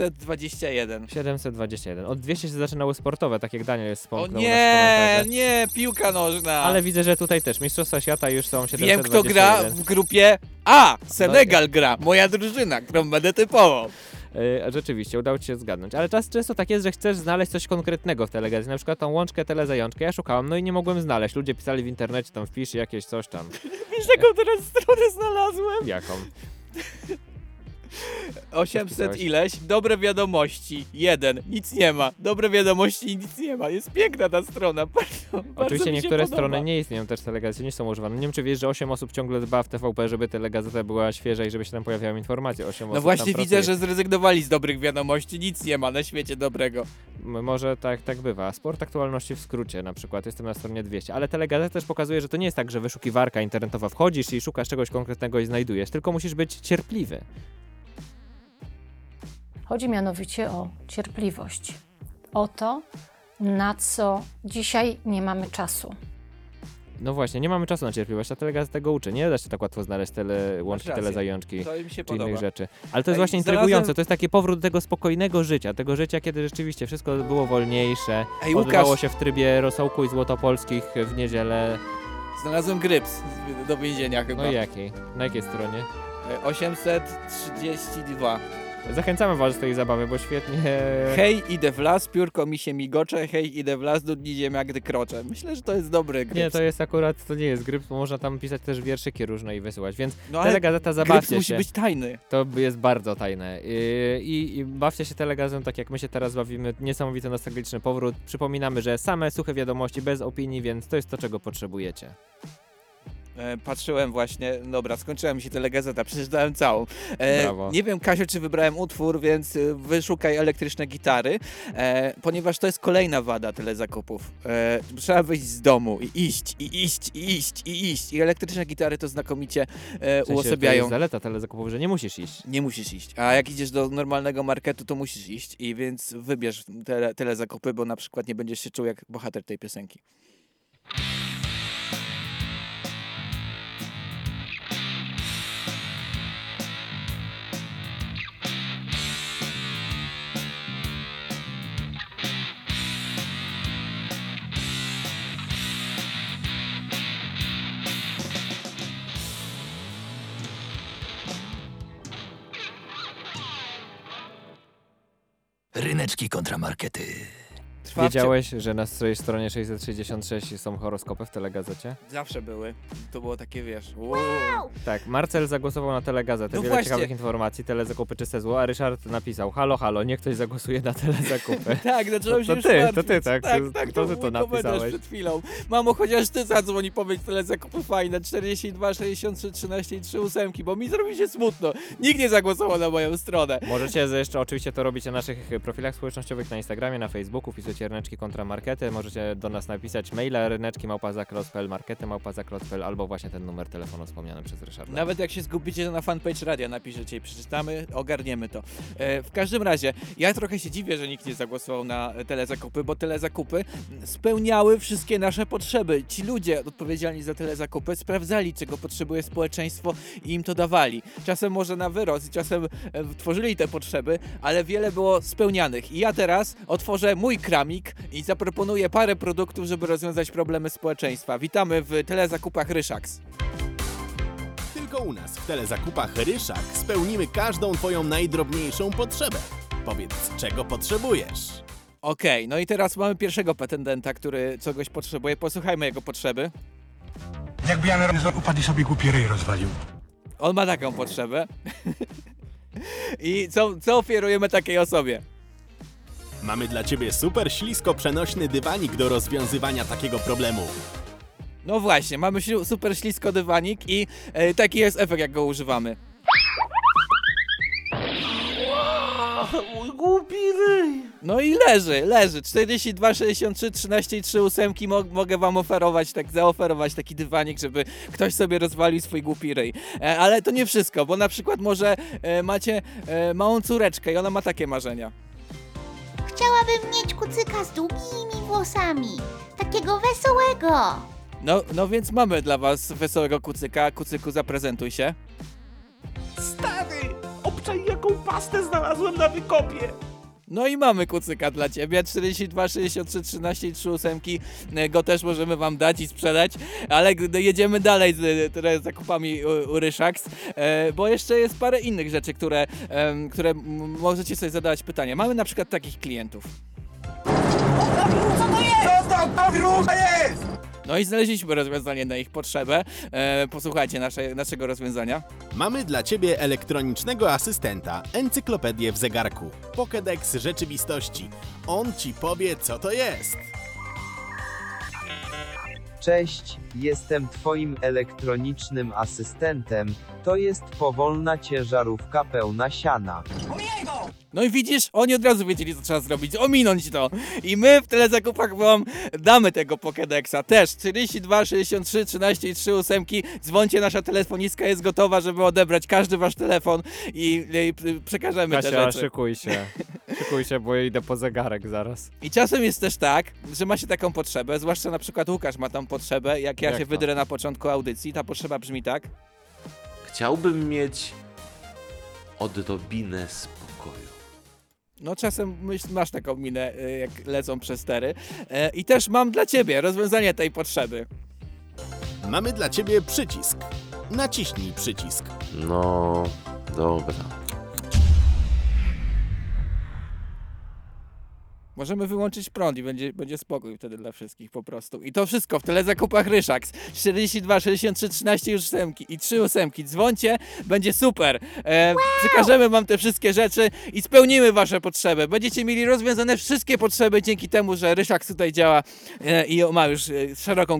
Speaker 2: 721.
Speaker 3: 721. Od 200 się zaczynały sportowe, tak jak Daniel jest wspomniał.
Speaker 2: O nie, piłka nożna.
Speaker 3: Ale widzę, że tutaj też Mistrzostwa Świata już są 721.
Speaker 2: Wiem, kto gra w grupie A. Senegal gra, moja drużyna, którą będę typował.
Speaker 3: Rzeczywiście, udało ci się zgadnąć. Ale często tak jest, że chcesz znaleźć coś konkretnego w telewizji, na przykład tą łączkę telezajączkę. Ja szukałem, no i nie mogłem znaleźć. Ludzie pisali w internecie, tam wpisz jakieś coś tam.
Speaker 2: Wiesz, jaką teraz stronę znalazłem?
Speaker 3: Jaką?
Speaker 2: 800 ileś, dobre wiadomości, 1, nic nie ma. Dobre wiadomości i nic nie ma. Jest piękna ta strona, bardzo
Speaker 3: Oczywiście
Speaker 2: mi się
Speaker 3: niektóre
Speaker 2: podoba.
Speaker 3: strony nie istnieją, też te legazety nie są używane. Nie wiem, czy wiesz, że 8 osób ciągle dba w TVP, żeby telegazeta była świeża i żeby się tam pojawiały informacje. 8
Speaker 2: No
Speaker 3: osób
Speaker 2: właśnie
Speaker 3: tam
Speaker 2: widzę,
Speaker 3: pracuje.
Speaker 2: że zrezygnowali z dobrych wiadomości, nic nie ma na świecie dobrego.
Speaker 3: Może tak bywa. Sport aktualności w skrócie na przykład, jestem na stronie 200, ale telegazeta też pokazuje, że to nie jest tak, że wyszukiwarka internetowa wchodzisz i szukasz czegoś konkretnego i znajdujesz, tylko musisz być cierpliwy.
Speaker 17: Chodzi mianowicie o cierpliwość. O to, na co dzisiaj nie mamy czasu.
Speaker 3: No właśnie, nie mamy czasu na cierpliwość, a telegazeta tego uczy. Nie da się tak łatwo znaleźć łączki,
Speaker 2: rację.
Speaker 3: telezajączki
Speaker 2: To mi się
Speaker 3: czy
Speaker 2: podoba.
Speaker 3: innych rzeczy. Ale to jest
Speaker 2: Ej,
Speaker 3: właśnie
Speaker 2: znalazłem-
Speaker 3: intrygujące, to jest taki powrót do tego spokojnego życia, kiedy rzeczywiście wszystko było wolniejsze,
Speaker 2: Ej,
Speaker 3: odbywało
Speaker 2: Łukasz.
Speaker 3: się w trybie rosołku i złotopolskich w niedzielę.
Speaker 2: Znalazłem gryps do więzienia chyba.
Speaker 3: No i jakiej? Na jakiej stronie?
Speaker 2: 832.
Speaker 3: Zachęcamy was do tej zabawy, bo świetnie...
Speaker 2: Hej, idę w las, piórko mi się migocze, hej, idę w las, dudni ziemia, gdy kroczę. Myślę, że to jest dobry gryps.
Speaker 3: Nie, to jest akurat, to nie jest gryps, bo można tam pisać też wierszyki różne i wysyłać, więc
Speaker 2: No ale
Speaker 3: telegazeta,
Speaker 2: gryps
Speaker 3: zabawcie
Speaker 2: musi
Speaker 3: się.
Speaker 2: być tajny.
Speaker 3: To jest bardzo tajne. I bawcie się telegazem tak jak my się teraz bawimy. Niesamowity nostalgiczny powrót. Przypominamy, że same suche wiadomości, bez opinii, więc to jest to, czego potrzebujecie.
Speaker 2: Patrzyłem właśnie, dobra, skończyła mi się telegazeta, przeczytałem całą.
Speaker 3: Brawo.
Speaker 2: Nie wiem, Kasiu, czy wybrałem utwór, więc wyszukaj elektryczne gitary, ponieważ to jest kolejna wada telezakupów. Trzeba wyjść z domu i iść, i iść, i iść, i iść. I elektryczne gitary to znakomicie
Speaker 3: W sensie, to
Speaker 2: uosabiają.
Speaker 3: jest zaleta telezakupów, że nie musisz iść.
Speaker 2: Nie musisz iść, a jak idziesz do normalnego marketu, to musisz iść i więc wybierz telezakupy, bo na przykład nie będziesz się czuł jak bohater tej piosenki.
Speaker 1: Ryneczki kontramarkety.
Speaker 3: Wiedziałeś, że na swojej stronie 666 są horoskopy w telegazecie?
Speaker 2: Zawsze były. To było takie, wiesz...
Speaker 3: Tak, Marcel zagłosował na telegazetę,
Speaker 2: No
Speaker 3: wiele
Speaker 2: właśnie.
Speaker 3: ciekawych informacji, telezakupy czyste zło, a Ryszard napisał: halo, halo, niech ktoś zagłosuje na telezakupy.
Speaker 2: Tak, zacząłem się
Speaker 3: to
Speaker 2: już
Speaker 3: ty,
Speaker 2: martwić.
Speaker 3: to ty, tak?
Speaker 2: Tak,
Speaker 3: to ty
Speaker 2: mój
Speaker 3: to
Speaker 2: komentarz
Speaker 3: napisałeś.
Speaker 2: przed chwilą. Mamo, chociaż ty zadzwoń i powiedz telezakupy fajne, 42, 63, 13 i 3 ósemki, bo mi zrobi się smutno. Nikt nie zagłosował na moją stronę.
Speaker 3: Możecie jeszcze oczywiście to robić na naszych profilach społecznościowych na Instagramie, na Facebooku, wpisujecie Ryneczki kontra Markety, możecie do nas napisać maila ryneczki@zaklot.pl, markety@zaklot.pl albo właśnie ten numer telefonu wspomniany przez Ryszarda.
Speaker 2: Nawet jak się zgubicie, to na fanpage radia napiszecie i przeczytamy, ogarniemy to. W każdym razie, ja trochę się dziwię, że nikt nie zagłosował na telezakupy, bo telezakupy spełniały wszystkie nasze potrzeby. Ci ludzie odpowiedzialni za telezakupy sprawdzali, czego potrzebuje społeczeństwo i im to dawali. Czasem może na wyrost i czasem tworzyli te potrzeby, ale wiele było spełnianych. I ja teraz otworzę mój kramik i zaproponuję parę produktów, żeby rozwiązać problemy społeczeństwa. Witamy w telezakupach Ryszax.
Speaker 8: Tylko u nas w telezakupach Ryszak spełnimy każdą twoją najdrobniejszą potrzebę. Powiedz, czego potrzebujesz.
Speaker 2: Okej, no i teraz mamy pierwszego pretendenta, który czegoś potrzebuje. Posłuchajmy jego potrzeby.
Speaker 18: Jakby Jan upadł i sobie głupi ryj rozwalił.
Speaker 2: On ma taką potrzebę. I co oferujemy takiej osobie?
Speaker 8: Mamy dla ciebie super ślisko przenośny dywanik do rozwiązywania takiego problemu.
Speaker 2: No właśnie, mamy super ślisko dywanik i taki jest efekt, jak go używamy.
Speaker 15: Mój głupi ryj.
Speaker 2: No i leży. 42, 63, 13 i 3 ósemki mogę wam zaoferować taki dywanik, żeby ktoś sobie rozwalił swój głupi ryj. Ale to nie wszystko, bo na przykład może macie małą córeczkę i ona ma takie marzenia.
Speaker 19: Chciałabym mieć kucyka z długimi włosami. Takiego wesołego.
Speaker 2: No więc mamy dla was wesołego kucyka. Kucyku, zaprezentuj się.
Speaker 15: Stary, obczaj jaką pastę znalazłem na wykopie.
Speaker 2: No i mamy kucyka dla ciebie, 42, 63, 13 i 3 ósemki, go też możemy wam dać i sprzedać, ale jedziemy dalej z zakupami u Ryszax, bo jeszcze jest parę innych rzeczy, które możecie sobie zadawać pytania. Mamy na przykład takich klientów.
Speaker 18: Co to jest? Co to jest?
Speaker 2: No i znaleźliśmy rozwiązanie na ich potrzebę. Posłuchajcie naszego rozwiązania.
Speaker 8: Mamy dla Ciebie elektronicznego asystenta, encyklopedię w zegarku, Pokédex rzeczywistości. On Ci powie, co to jest.
Speaker 20: Cześć, jestem Twoim elektronicznym asystentem. To jest powolna ciężarówka pełna siana.
Speaker 2: No i widzisz, oni od razu wiedzieli, co trzeba zrobić, ominąć to. I my w telezakupach wam damy tego Pokédexa też. 42 63 13 i 3 ósemki. Dzwońcie, nasza telefoniska jest gotowa, żeby odebrać każdy wasz telefon i przekażemy
Speaker 3: Kasia,
Speaker 2: te rzeczy.
Speaker 3: szykuj się. Szykuj się, bo idę po zegarek zaraz.
Speaker 2: I czasem jest też tak, że ma się taką potrzebę, zwłaszcza na przykład Łukasz ma tam potrzebę, jak ja się wydrę na początku audycji, ta potrzeba brzmi tak.
Speaker 15: Chciałbym mieć odrobinę spokoju.
Speaker 2: No czasem masz taką minę, jak lecą przestery. I też mam dla ciebie rozwiązanie tej potrzeby.
Speaker 8: Mamy dla Ciebie przycisk. Naciśnij przycisk.
Speaker 15: No, dobra.
Speaker 2: Możemy wyłączyć prąd i będzie spokój wtedy dla wszystkich po prostu. I to wszystko w telezakupach Ryszaks. 42, 63, 13 już ósemki i 3 ósemki. Dzwońcie, będzie super. Przekażemy wam te wszystkie rzeczy i spełnimy wasze potrzeby. Będziecie mieli rozwiązane wszystkie potrzeby dzięki temu, że Ryszaks tutaj działa i ma już szeroką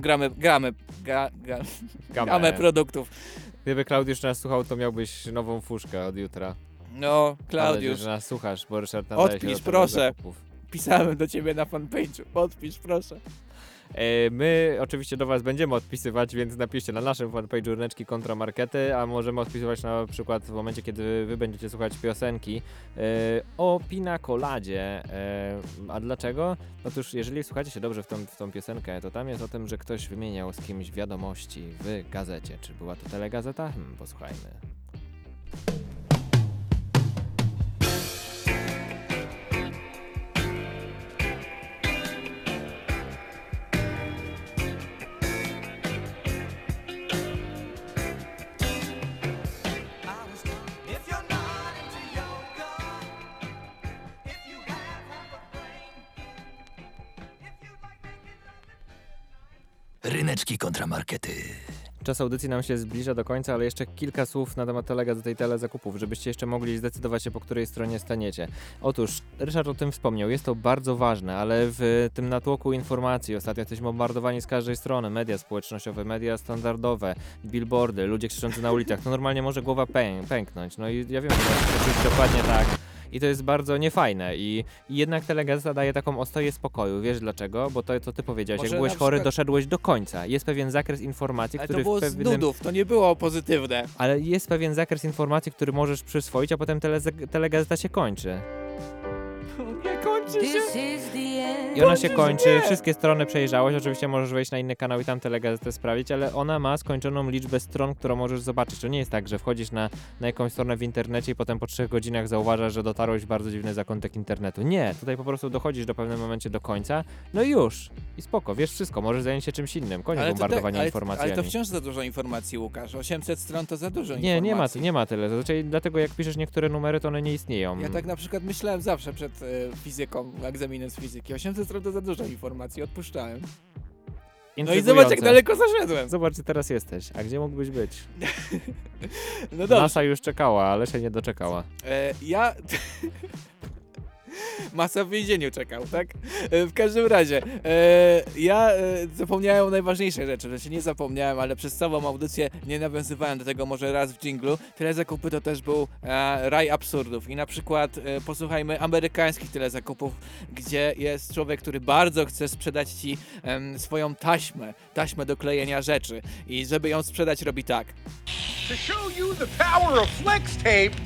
Speaker 2: gamę produktów.
Speaker 3: Gdyby Klaudiusz nas słuchał, to miałbyś nową fuszkę od jutra.
Speaker 2: No, Klaudiusz.
Speaker 3: Ale że nas słuchasz, bo Ryszard nadaje się
Speaker 2: Odpisz,
Speaker 3: do
Speaker 2: proszę.
Speaker 3: zakupów.
Speaker 2: Pisałem do ciebie na fanpage'u. Odpisz, proszę.
Speaker 3: My oczywiście do was będziemy odpisywać, więc napiszcie na naszym fanpage'u Ryneczki kontra Markety, a możemy odpisywać na przykład w momencie, kiedy wy będziecie słuchać piosenki o Pina Coladzie. A dlaczego? Otóż jeżeli słuchacie się dobrze w tą piosenkę, to tam jest o tym, że ktoś wymieniał z kimś wiadomości w gazecie. Czy była to telegazeta? Posłuchajmy.
Speaker 1: Ryneczki kontra markety.
Speaker 3: Czas audycji nam się zbliża do końca, ale jeszcze kilka słów na temat telegazety i telezakupów, żebyście jeszcze mogli zdecydować się, po której stronie staniecie. Otóż, Ryszard o tym wspomniał, jest to bardzo ważne, ale w tym natłoku informacji, ostatnio jesteśmy bombardowani z każdej strony, media społecznościowe, media standardowe, billboardy, ludzie krzyczący na ulicach, to normalnie może głowa pęknąć. No i ja wiem, że to jest dokładnie tak. I to jest bardzo niefajne i jednak telegazeta daje taką ostoję spokoju. Wiesz dlaczego? Bo to, co ty powiedziałeś,
Speaker 2: Może
Speaker 3: jak byłeś
Speaker 2: przykład...
Speaker 3: chory, doszedłeś do końca. Jest pewien zakres informacji,
Speaker 2: Ale
Speaker 3: który
Speaker 2: to było
Speaker 3: w pewnym...
Speaker 2: z nudów, to nie było pozytywne.
Speaker 3: Ale jest pewien zakres informacji, który możesz przyswoić, a potem telegazeta się kończy.
Speaker 2: Nie kończy się.
Speaker 3: I ona się kończy, wszystkie strony przejrzałeś, oczywiście możesz wejść na inny kanał i tam telegazetę sprawdzić, ale ona ma skończoną liczbę stron, którą możesz zobaczyć. To nie jest tak, że wchodzisz na jakąś stronę w internecie i potem po 3 godzinach zauważasz, że dotarłeś w bardzo dziwny zakątek internetu. Nie, tutaj po prostu dochodzisz do pewnym momencie do końca, no i już. I spoko, wiesz wszystko, możesz zająć się czymś innym. Koniec bombardowania informacjami.
Speaker 2: Ale to wciąż za dużo informacji, Łukasz. 800 stron to za dużo informacji.
Speaker 3: Nie ma tyle. Zazwyczaj dlatego jak piszesz niektóre numery, to one nie istnieją.
Speaker 2: Ja tak na przykład myślałem zawsze przed fizyką, egzaminem z fizyki. 800 stron to za dużo informacji, odpuszczałem. No i zobacz, jak daleko zaszedłem.
Speaker 3: Zobacz, gdzie teraz jesteś. A gdzie mógłbyś być?
Speaker 2: No dobrze.
Speaker 3: NASA już czekała, ale się nie doczekała.
Speaker 2: Masa w więzieniu czekał, tak? W każdym razie, ja zapomniałem o najważniejszej rzeczy, znaczy nie zapomniałem, ale przez całą audycję nie nawiązywałem do tego może raz w dżinglu. Telezakupy to też był raj absurdów i na przykład posłuchajmy amerykańskich telezakupów, gdzie jest człowiek, który bardzo chce sprzedać ci swoją taśmę do klejenia rzeczy i żeby ją sprzedać robi tak.
Speaker 18: To show you the power of flex tape.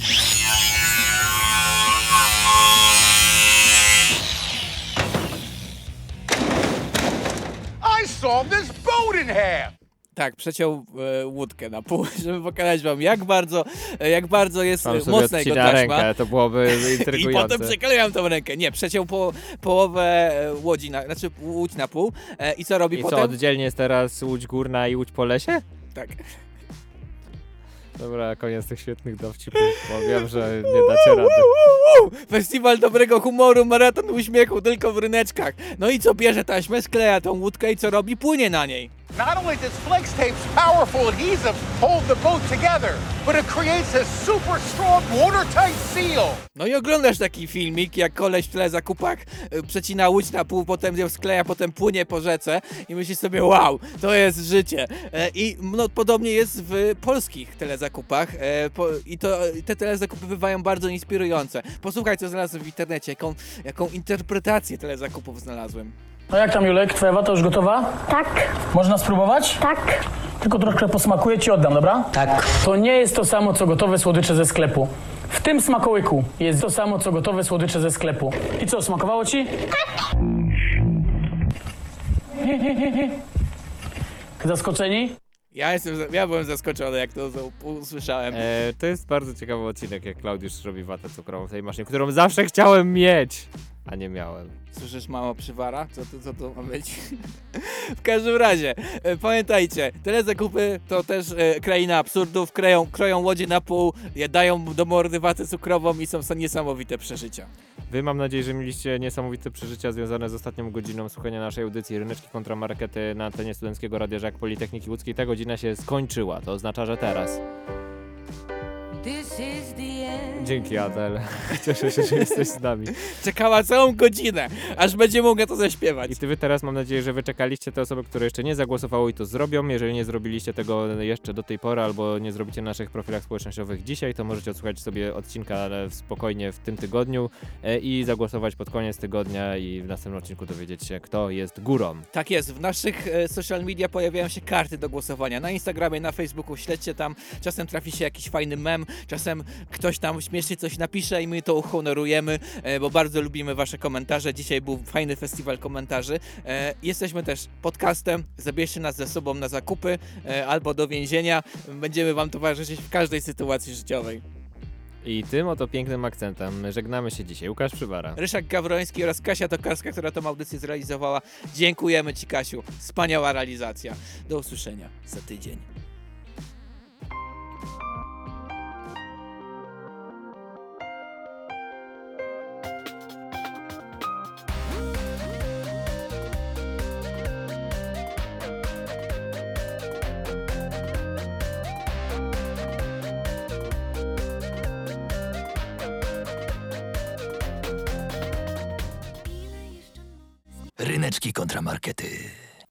Speaker 18: I saw this boat in half.
Speaker 2: Tak, przeciął łódkę na pół, żeby pokazać wam, jak bardzo jest mocna jego taśma.
Speaker 3: Rękę, to byłoby intrygujące.
Speaker 2: I potem przeklejam tą rękę. Nie, przeciął połowę łodzi, łódź na pół. I co robi potem?
Speaker 3: I co, oddzielnie jest teraz łódź górna i łódź po lesie?
Speaker 2: Tak.
Speaker 3: Dobra, koniec tych świetnych dowcipów, bo wiem, że nie dacie rady.
Speaker 2: Festiwal dobrego humoru, maraton uśmiechu, tylko w ryneczkach. No i co, bierze taśmę, skleja tą łódkę i co robi? Płynie na niej.
Speaker 18: Not only does Flex Tape's powerful adhesive hold the boat together, but it creates a super strong watertight seal.
Speaker 2: No i oglądasz taki filmik, jak koleś w tle zakupach przecina łódź na pół, potem ją skleja, potem płynie po rzece i myślisz sobie, wow, to jest życie. I no, podobnie jest w polskich telezakupach i te telezakupy bywają bardzo inspirujące. Posłuchaj, co znalazłem w internecie, jaką interpretację telezakupów znalazłem.
Speaker 21: No jak tam, Julek? Twoja wata już gotowa?
Speaker 22: Tak.
Speaker 21: Można spróbować?
Speaker 22: Tak.
Speaker 21: Tylko troszkę posmakuję, ci oddam, dobra?
Speaker 22: Tak.
Speaker 21: To nie jest to samo, co gotowe słodycze ze sklepu. W tym smakołyku jest to samo, co gotowe słodycze ze sklepu. I co, smakowało ci? Zaskoczeni?
Speaker 2: Ja byłem zaskoczony, jak to usłyszałem.
Speaker 3: To jest bardzo ciekawy odcinek, jak Klaudiusz robi watę cukrową w tej maszynie, którą zawsze chciałem mieć, a nie miałem.
Speaker 2: Słyszysz, mamo przywara? Co to ma być? W każdym razie, pamiętajcie, telezakupy to też kraina absurdów, kroją łodzie na pół, dają do mordy watę cukrową i są niesamowite przeżycia.
Speaker 3: Wy, mam nadzieję, że mieliście niesamowite przeżycia związane z ostatnią godziną słuchania naszej audycji Ryneczki kontra Markety na antenie Studenckiego Radia Żak Politechniki Łódzkiej. Ta godzina się skończyła, to oznacza, że teraz. Dzięki, Adel. Cieszę się, że jesteś z nami.
Speaker 2: Czekała całą godzinę, aż będzie mogła to zaśpiewać.
Speaker 3: I wy teraz, mam nadzieję, że wyczekaliście te osoby, które jeszcze nie zagłosowały i to zrobią. Jeżeli nie zrobiliście tego jeszcze do tej pory albo nie zrobicie na naszych profilach społecznościowych dzisiaj, to możecie odsłuchać sobie odcinka spokojnie w tym tygodniu i zagłosować pod koniec tygodnia i w następnym odcinku dowiedzieć się, kto jest górą.
Speaker 2: Tak jest, w naszych social media pojawiają się karty do głosowania. Na Instagramie, na Facebooku, śledźcie tam. Czasem trafi się jakiś fajny mem, czasem ktoś tam śmiesznie coś napisze i my to uhonorujemy, bo bardzo lubimy wasze komentarze. Dzisiaj był fajny festiwal komentarzy. Jesteśmy też podcastem, zabierzcie nas ze sobą na zakupy albo do więzienia. Będziemy wam towarzyszyć w każdej sytuacji życiowej.
Speaker 3: I tym oto pięknym akcentem żegnamy się dzisiaj. Łukasz Przywara,
Speaker 2: Ryszard Gawroński oraz Kasia Tokarska, która tę audycję zrealizowała. Dziękujemy ci, Kasiu. Wspaniała realizacja. Do usłyszenia za tydzień.
Speaker 1: Ryneczki kontra markety.